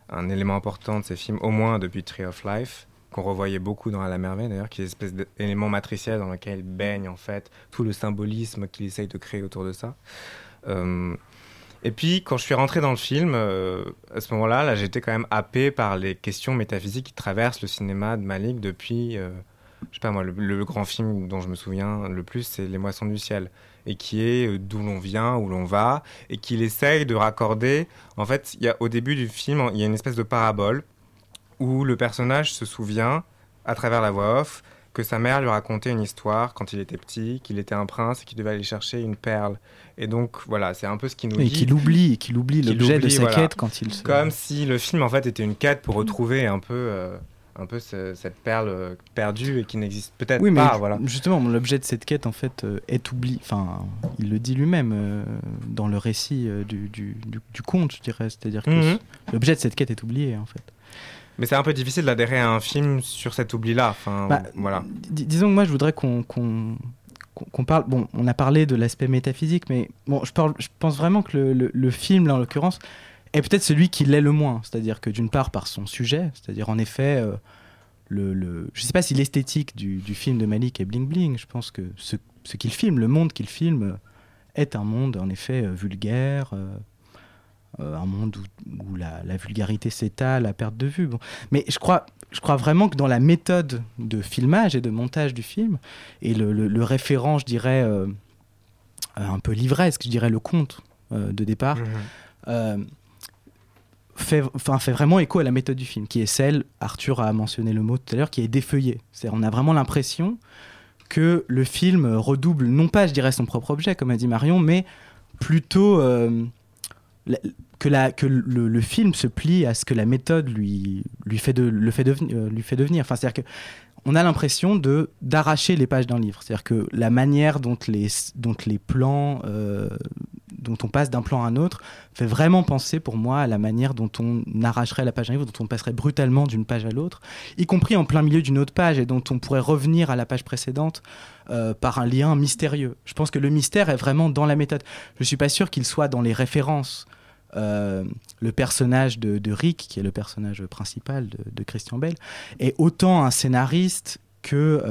un élément important de ces films, au moins depuis Tree of Life, qu'on revoyait beaucoup dans À la merveille d'ailleurs, qui est une espèce d'élément matriciel dans lequel baigne en fait tout le symbolisme qu'il essaye de créer autour de ça. Et puis quand je suis rentré dans le film, à ce moment-là, là, j'étais quand même happé par les questions métaphysiques qui traversent le cinéma de Malick depuis, je sais pas moi, le grand film dont je me souviens le plus, c'est Les Moissons du ciel, et qui est d'où l'on vient, où l'on va, et qu'il essaye de raccorder. En fait, au début du film, il y a une espèce de parabole où le personnage se souvient, à travers la voix off, que sa mère lui racontait une histoire quand il était petit, qu'il était un prince et qu'il devait aller chercher une perle. Et donc, voilà, c'est un peu ce qui nous dit... Et qu'il oublie l'objet de sa quête quand il se... Comme si le film, en fait, était une quête pour retrouver un peu cette perle perdue et qui n'existe peut-être pas. Voilà. Justement, l'objet de cette quête, en fait, est oublié. Enfin, il le dit lui-même dans le récit du conte, je dirais. C'est-à-dire que l'objet de cette quête est oublié, en fait. Mais c'est un peu difficile d'adhérer à un film sur cet oubli-là. Enfin, voilà. Disons que moi, je voudrais qu'on parle... Bon, on a parlé de l'aspect métaphysique, mais bon, je pense vraiment que le film, là, en l'occurrence, est peut-être celui qui l'est le moins. C'est-à-dire que d'une part, par son sujet, c'est-à-dire en effet, je ne sais pas si l'esthétique du film de Malick est bling-bling. Je pense que ce qu'il filme, le monde qu'il filme, est un monde, en effet, vulgaire... un monde où la vulgarité s'étale à perte de vue. Bon. Mais je crois vraiment que dans la méthode de filmage et de montage du film, et le référent, je dirais, un peu livresque, je dirais le conte de départ, fait vraiment écho à la méthode du film, qui est celle, Arthur a mentionné le mot tout à l'heure, qui est défeuillée. C'est-à-dire, on a vraiment l'impression que le film redouble, non pas, je dirais, son propre objet, comme a dit Marion, mais plutôt... que le film se plie à ce que la méthode lui fait devenir. Enfin, c'est-à-dire qu'on a l'impression d'arracher les pages d'un livre. C'est-à-dire que la manière dont les plans, dont on passe d'un plan à un autre, fait vraiment penser pour moi à la manière dont on arracherait la page d'un livre, dont on passerait brutalement d'une page à l'autre, y compris en plein milieu d'une autre page, et dont on pourrait revenir à la page précédente par un lien mystérieux. Je pense que le mystère est vraiment dans la méthode. Je ne suis pas sûr qu'il soit dans les références. Le personnage de Rick, qui est le personnage principal de Christian Bale, est autant un scénariste que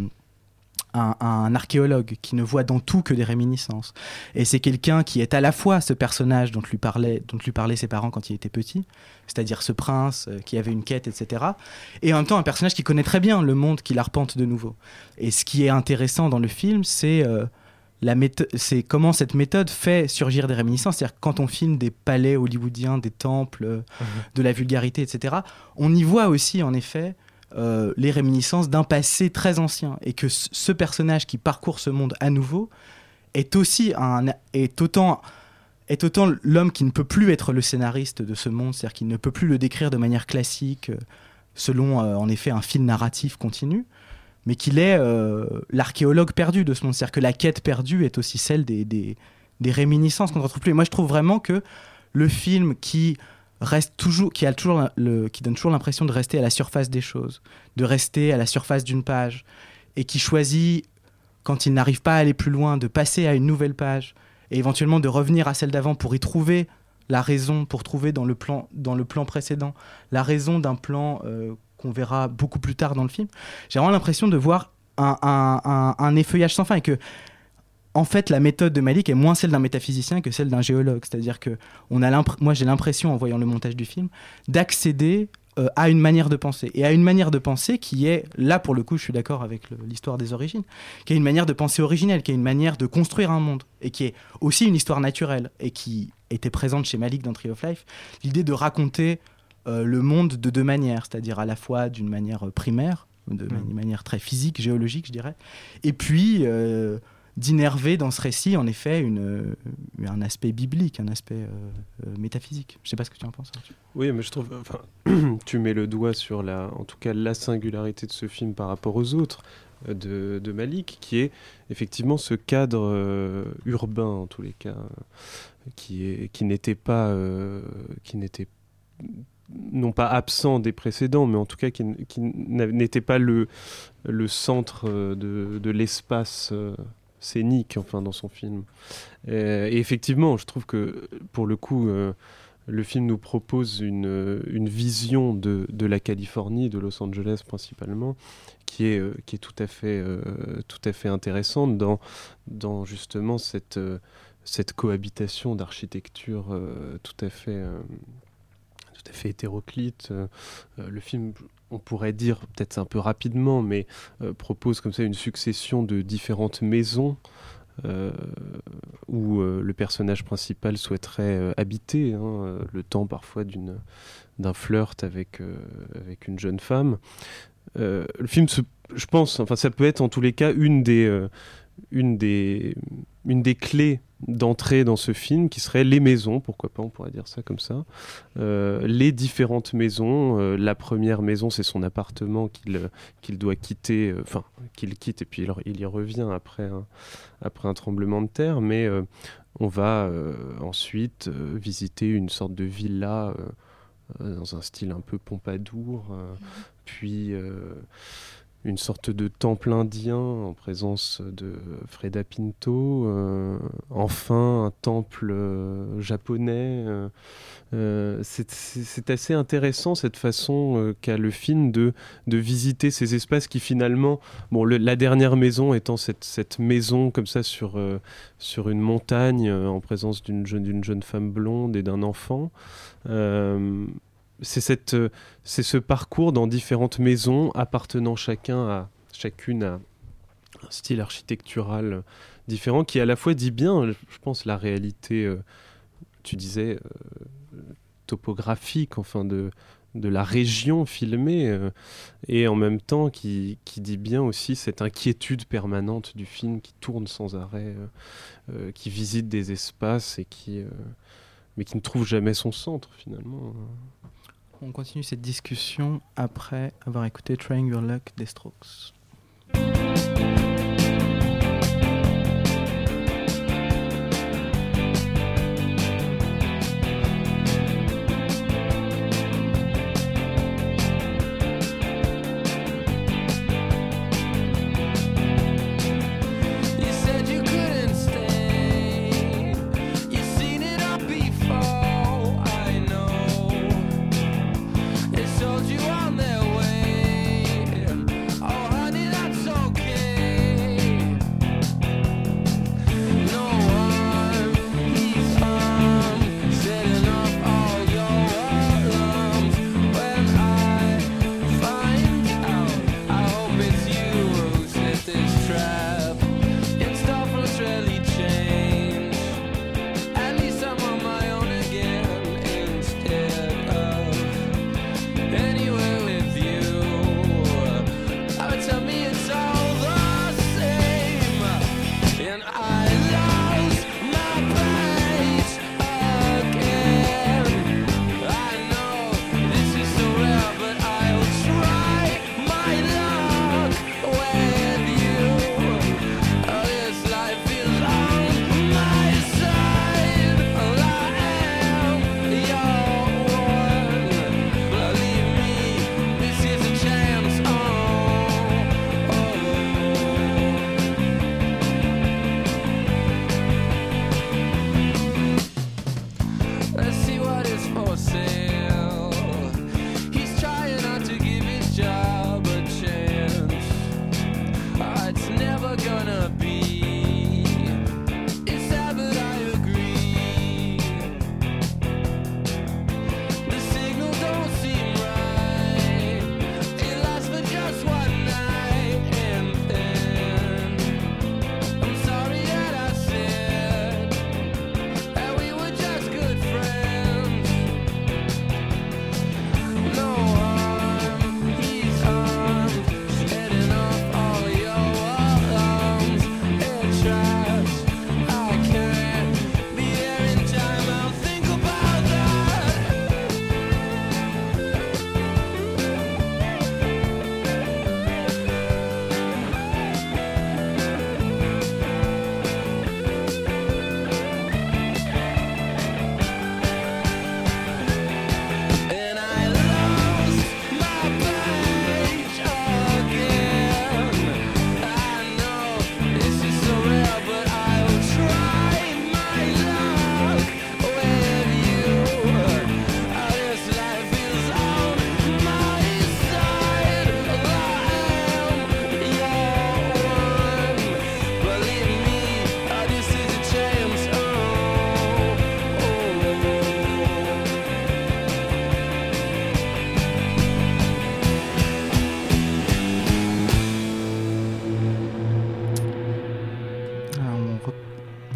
un archéologue qui ne voit dans tout que des réminiscences. Et c'est quelqu'un qui est à la fois ce personnage dont lui parlaient ses parents quand il était petit, c'est-à-dire ce prince qui avait une quête, etc. Et en même temps un personnage qui connaît très bien le monde qu'il arpente de nouveau. Et ce qui est intéressant dans le film, c'est comment cette méthode fait surgir des réminiscences. C'est-à-dire que quand on filme des palais hollywoodiens, des temples, de la vulgarité, etc., on y voit aussi, en effet, les réminiscences d'un passé très ancien. Et que ce personnage qui parcourt ce monde à nouveau est autant l'homme qui ne peut plus être le scénariste de ce monde, c'est-à-dire qu'il ne peut plus le décrire de manière classique, selon, en effet, un fil narratif continu, mais qu'il est l'archéologue perdu de ce monde. C'est-à-dire que la quête perdue est aussi celle des réminiscences qu'on ne retrouve plus. Et moi, je trouve vraiment que le film qui donne toujours l'impression de rester à la surface des choses, de rester à la surface d'une page, et qui choisit, quand il n'arrive pas à aller plus loin, de passer à une nouvelle page, et éventuellement de revenir à celle d'avant pour y trouver la raison, pour trouver dans le plan précédent la raison d'un plan qu'on verra beaucoup plus tard dans le film. J'ai vraiment l'impression de voir un effeuillage sans fin, et que en fait la méthode de Malick est moins celle d'un métaphysicien que celle d'un géologue. C'est-à-dire que moi j'ai l'impression, en voyant le montage du film, d'accéder à une manière de penser, et à une manière de penser qui est, là pour le coup je suis d'accord avec l'histoire des origines, qui est une manière de penser originelle, qui est une manière de construire un monde, et qui est aussi une histoire naturelle, et qui était présente chez Malick dans Tree of Life, l'idée de raconter le monde de deux manières, c'est-à-dire à la fois d'une manière primaire, de manière très physique, géologique, je dirais, et puis d'innerver dans ce récit, en effet, un aspect biblique, un aspect métaphysique. Je ne sais pas ce que tu en penses. Arthur. Oui, mais je trouve, tu mets le doigt sur en tout cas, la singularité de ce film par rapport aux autres de Malick, qui est effectivement ce cadre urbain, en tous les cas, qui n'était pas non pas absent des précédents, mais en tout cas qui n'était pas le centre de l'espace scénique, enfin, dans son film. Et effectivement, je trouve que, pour le coup, le film nous propose une vision de la Californie, de Los Angeles principalement, qui est tout à fait intéressante dans justement cette cohabitation d'architecture tout à fait hétéroclite. Le film, on pourrait dire peut-être un peu rapidement, mais propose comme ça une succession de différentes maisons où le personnage principal souhaiterait habiter, le temps parfois d'un flirt avec une jeune femme. Le film, je pense, enfin ça peut être en tous les cas une des clés d'entrée dans ce film, qui serait les maisons, pourquoi pas, on pourrait dire ça comme ça. Les différentes maisons. La première maison, c'est son appartement qu'il doit quitter, qu'il quitte, et puis il y revient après un tremblement de terre, mais on va ensuite visiter une sorte de villa dans un style un peu Pompadour, puis une sorte de temple indien en présence de Freda Pinto, enfin un temple japonais. C'est assez intéressant cette façon qu'a le film de visiter ces espaces qui finalement, la dernière maison étant cette maison comme ça sur une montagne en présence d'une jeune femme blonde et d'un enfant. C'est ce parcours dans différentes maisons appartenant chacune à un style architectural différent qui à la fois dit bien, je pense, la réalité, tu disais, topographique, enfin de la région filmée, et en même temps qui dit bien aussi cette inquiétude permanente du film qui tourne sans arrêt, qui visite des espaces et mais qui ne trouve jamais son centre finalement. On continue cette discussion après avoir écouté Trying Your Luck des Strokes.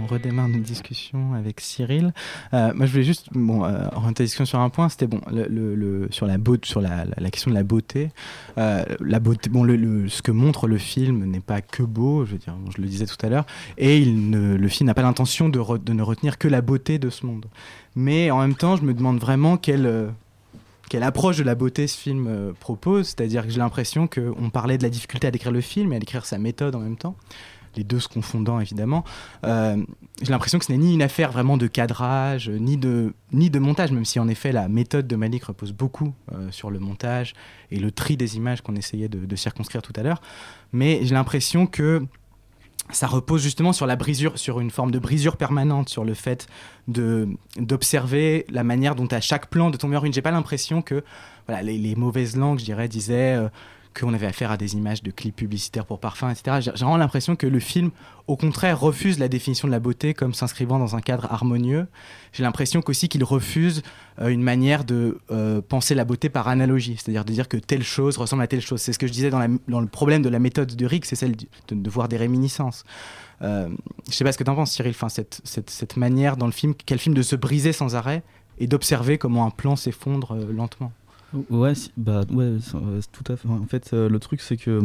redémarre notre discussion avec Cyril. Moi, je voulais juste orienter la discussion sur un point. C'était sur la question de la beauté. La beauté, ce que montre le film n'est pas que beau. Je veux dire, je le disais tout à l'heure, et le film n'a pas l'intention de ne retenir que la beauté de ce monde. Mais en même temps, je me demande vraiment quelle approche de la beauté ce film propose. C'est-à-dire que j'ai l'impression qu'on parlait de la difficulté à décrire le film et à décrire sa méthode en même temps. Les deux se confondant évidemment. J'ai l'impression que ce n'est ni une affaire vraiment de cadrage, ni de montage, même si en effet la méthode de Malick repose beaucoup sur le montage et le tri des images qu'on essayait de circonscrire tout à l'heure. Mais j'ai l'impression que ça repose justement sur la brisure, sur une forme de brisure permanente, sur le fait d'observer la manière dont à chaque plan de tomber en ruine. J'ai pas l'impression que les mauvaises langues, je dirais, disaient qu'on avait affaire à des images de clips publicitaires pour parfums, etc. J'ai vraiment l'impression que le film, au contraire, refuse la définition de la beauté comme s'inscrivant dans un cadre harmonieux. J'ai l'impression qu'aussi qu'il refuse une manière de penser la beauté par analogie, c'est-à-dire de dire que telle chose ressemble à telle chose. C'est ce que je disais dans le problème de la méthode de Rik, c'est celle de voir des réminiscences. Je sais pas ce que tu en penses, Cyril, cette manière dans le film, quel film de se briser sans arrêt et d'observer comment un plan s'effondre lentement. Ouais, c'est tout à fait. En fait, le truc, c'est que.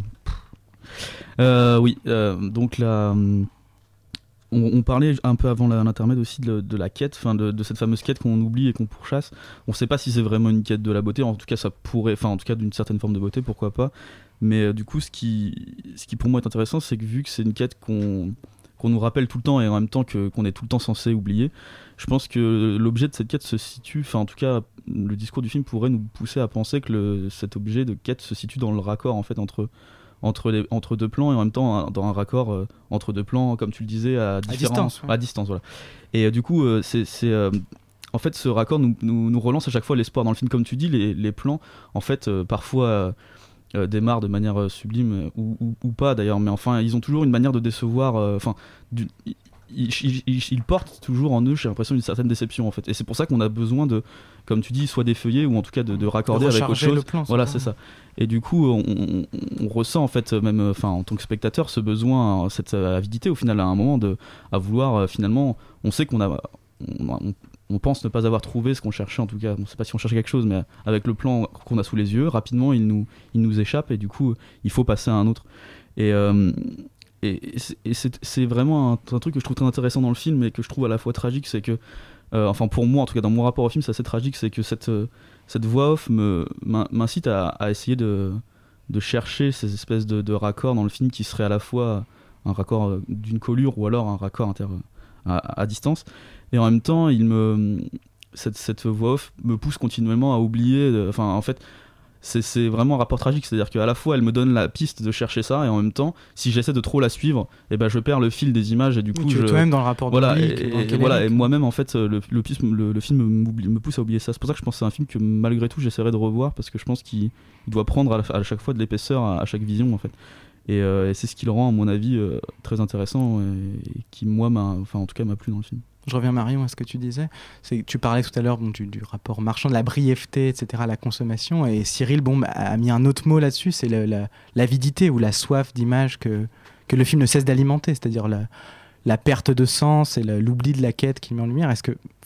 Donc là. On parlait un peu avant l'intermède aussi de la quête, de cette fameuse quête qu'on oublie et qu'on pourchasse. On ne sait pas si c'est vraiment une quête de la beauté, en tout cas ça pourrait, en tout cas d'une certaine forme de beauté, pourquoi pas. Mais du coup, ce qui pour moi est intéressant, c'est que vu que c'est une quête qu'on nous rappelle tout le temps et en même temps qu'on est tout le temps censé oublier, je pense que l'objet de cette quête se situe, en tout cas le discours du film pourrait nous pousser à penser que cet objet de quête se situe dans le raccord en fait entre deux plans et en même temps dans un raccord entre deux plans, comme tu le disais, à distance, voilà. Et du coup en fait ce raccord nous relance à chaque fois l'espoir dans le film, comme tu dis. Les plans en fait parfois démarrent de manière sublime ou pas d'ailleurs, mais enfin ils ont toujours une manière de décevoir, ils portent toujours en eux, j'ai l'impression, une certaine déception en fait, et c'est pour ça qu'on a besoin de, comme tu dis, soit d'effeuiller ou en tout cas de raccorder avec autre chose. Voilà, c'est ça. Et du coup on ressent en fait même en tant que spectateur ce besoin, cette avidité au final à un moment à vouloir finalement, on sait on pense ne pas avoir trouvé ce qu'on cherchait, en tout cas on ne sait pas si on cherchait quelque chose, mais avec le plan qu'on a sous les yeux, rapidement il nous échappe et du coup il faut passer à un autre. Et c'est vraiment un truc que je trouve très intéressant dans le film et que je trouve à la fois tragique, c'est que pour moi en tout cas dans mon rapport au film c'est assez tragique, c'est que cette voix off m'incite à essayer de chercher ces espèces de raccords dans le film qui seraient à la fois un raccord d'une collure ou alors un raccord à distance, et en même temps cette voix off me pousse continuellement à oublier, en fait c'est vraiment un rapport tragique, c'est-à-dire qu'à la fois elle me donne la piste de chercher ça et en même temps si j'essaie de trop la suivre, je perds le fil des images et du coup tu es toi-même dans le rapport et moi-même en fait le film me pousse à oublier ça. C'est pour ça que je pense que c'est un film que malgré tout j'essaierai de revoir, parce que je pense qu'il doit prendre à chaque fois de l'épaisseur à chaque vision en fait, et c'est ce qui le rend à mon avis très intéressant et qui moi m'a plu dans le film. Je reviens, Marion, à ce que tu disais. Tu parlais tout à l'heure du rapport marchand, de la brièveté, etc., à la consommation. Et Cyril a mis un autre mot là-dessus, c'est l'avidité ou la soif d'image que le film ne cesse d'alimenter, c'est-à-dire la perte de sens et l'oubli de la quête qu'il met en lumière.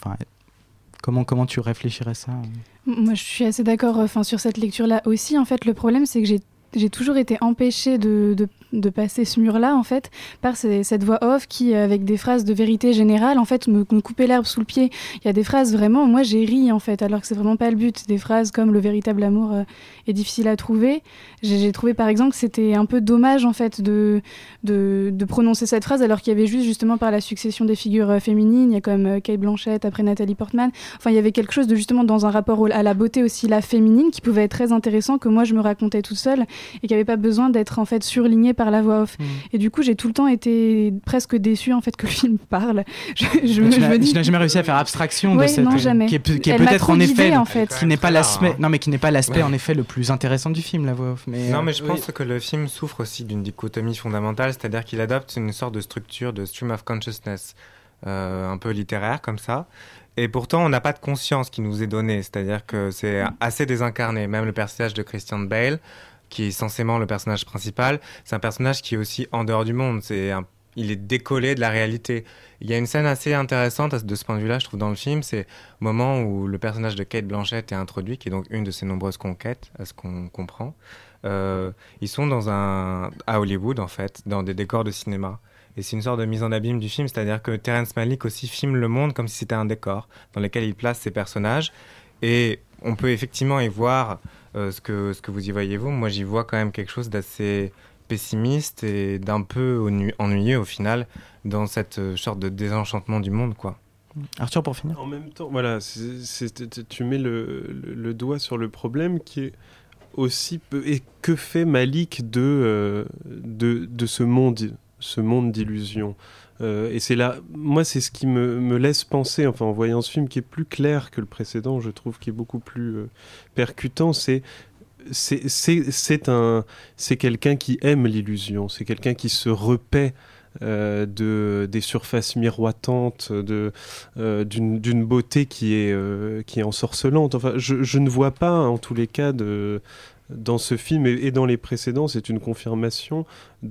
Comment tu réfléchirais ça ? Moi, je suis assez d'accord sur cette lecture-là aussi. En fait, le problème, c'est que j'ai toujours été empêchée de passer ce mur-là, en fait, par cette voix off qui, avec des phrases de vérité générale, en fait, me coupait l'herbe sous le pied. Il y a des phrases, vraiment, moi, j'ai ri, en fait, alors que c'est vraiment pas le but. Des phrases comme « le véritable amour est difficile à trouver ». J'ai trouvé, par exemple, que c'était un peu dommage, en fait, de prononcer cette phrase, alors qu'il y avait justement, par la succession des figures féminines, il y a comme Cate Blanchett, après Nathalie Portman. Enfin, il y avait quelque chose de, justement, dans un rapport à la beauté aussi, la féminine, qui pouvait être très intéressant, que moi, je me racontais toute seule, et qui n'avait pas besoin d'être, en fait, surligné par la voix off. Et du coup, j'ai tout le temps été presque déçue, en fait, que le film parle. Je me dis... Tu n'as jamais réussi à faire abstraction de cette... Non, jamais. Qui est peut-être en effet... En fait. Qui n'est pas l'aspect... Non, mais qui n'est pas l'aspect, en effet, le plus intéressant du film, la voix off. Mais je pense que le film souffre aussi d'une dichotomie fondamentale, c'est-à-dire qu'il adopte une sorte de structure de stream of consciousness, un peu littéraire, comme ça. Et pourtant, on n'a pas de conscience qui nous est donnée, c'est-à-dire que c'est assez désincarné. Même le personnage de Christian Bale, qui est censément le personnage principal, c'est un personnage qui est aussi en dehors du monde. C'est il est décollé de la réalité. Il y a une scène assez intéressante de ce point de vue-là, je trouve, dans le film. C'est au moment où le personnage de Cate Blanchett est introduit, qui est donc une de ses nombreuses conquêtes, à ce qu'on comprend. Ils sont à Hollywood, en fait, dans des décors de cinéma. Et c'est une sorte de mise en abîme du film, c'est-à-dire que Terrence Malick aussi filme le monde comme si c'était un décor dans lequel il place ses personnages. Et on peut effectivement y voir ce que vous y voyez vous. Moi, j'y vois quand même quelque chose d'assez pessimiste et d'un peu ennuyeux au final dans cette sorte de désenchantement du monde, quoi. Arthur, pour finir. En même temps, voilà, tu mets le doigt sur le problème qui est aussi et que fait Malick de ce monde d'illusion. Et c'est là, moi, c'est ce qui me laisse penser, enfin, en voyant ce film qui est plus clair que le précédent, je trouve, qui est beaucoup plus percutant, c'est quelqu'un qui aime l'illusion, c'est quelqu'un qui se repaît des surfaces miroitantes, d'une beauté qui est ensorcelante. Enfin, je ne vois pas, en tous les cas, dans ce film et dans les précédents, c'est une confirmation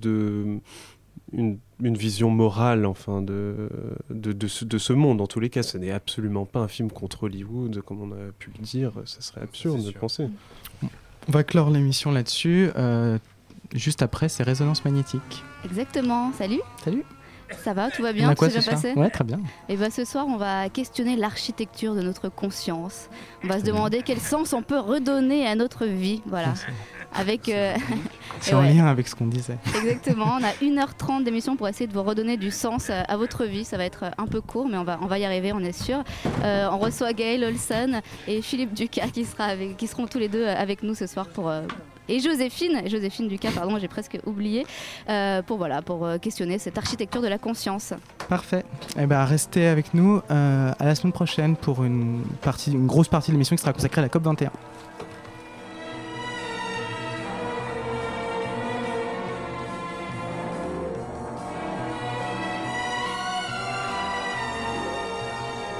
une vision morale, enfin, de ce monde. En tous les cas, ce n'est absolument pas un film contre Hollywood, comme on a pu le dire. Ça serait absurde de penser. On va clore l'émission là-dessus. Juste après, c'est Résonance magnétique. Exactement. Salut. Salut. Ça va, tout va bien, tout s'est bien passé ? Ouais, très bien. Et bien ce soir, on va questionner l'architecture de notre conscience. On va se demander quel sens on peut redonner à notre vie. Voilà. Avec, c'est en lien avec ce qu'on disait. Exactement, on a 1h30 d'émission pour essayer de vous redonner du sens à votre vie. Ça va être un peu court, mais on va y arriver, on est sûr. On reçoit Gaël Olson et Philippe Ducas qui seront tous les deux avec nous ce soir et Joséphine Ducas, pardon, j'ai presque oublié, pour questionner cette architecture de la conscience. Parfait. Eh ben, restez avec nous à la semaine prochaine pour une grosse partie de l'émission qui sera consacrée à la COP21.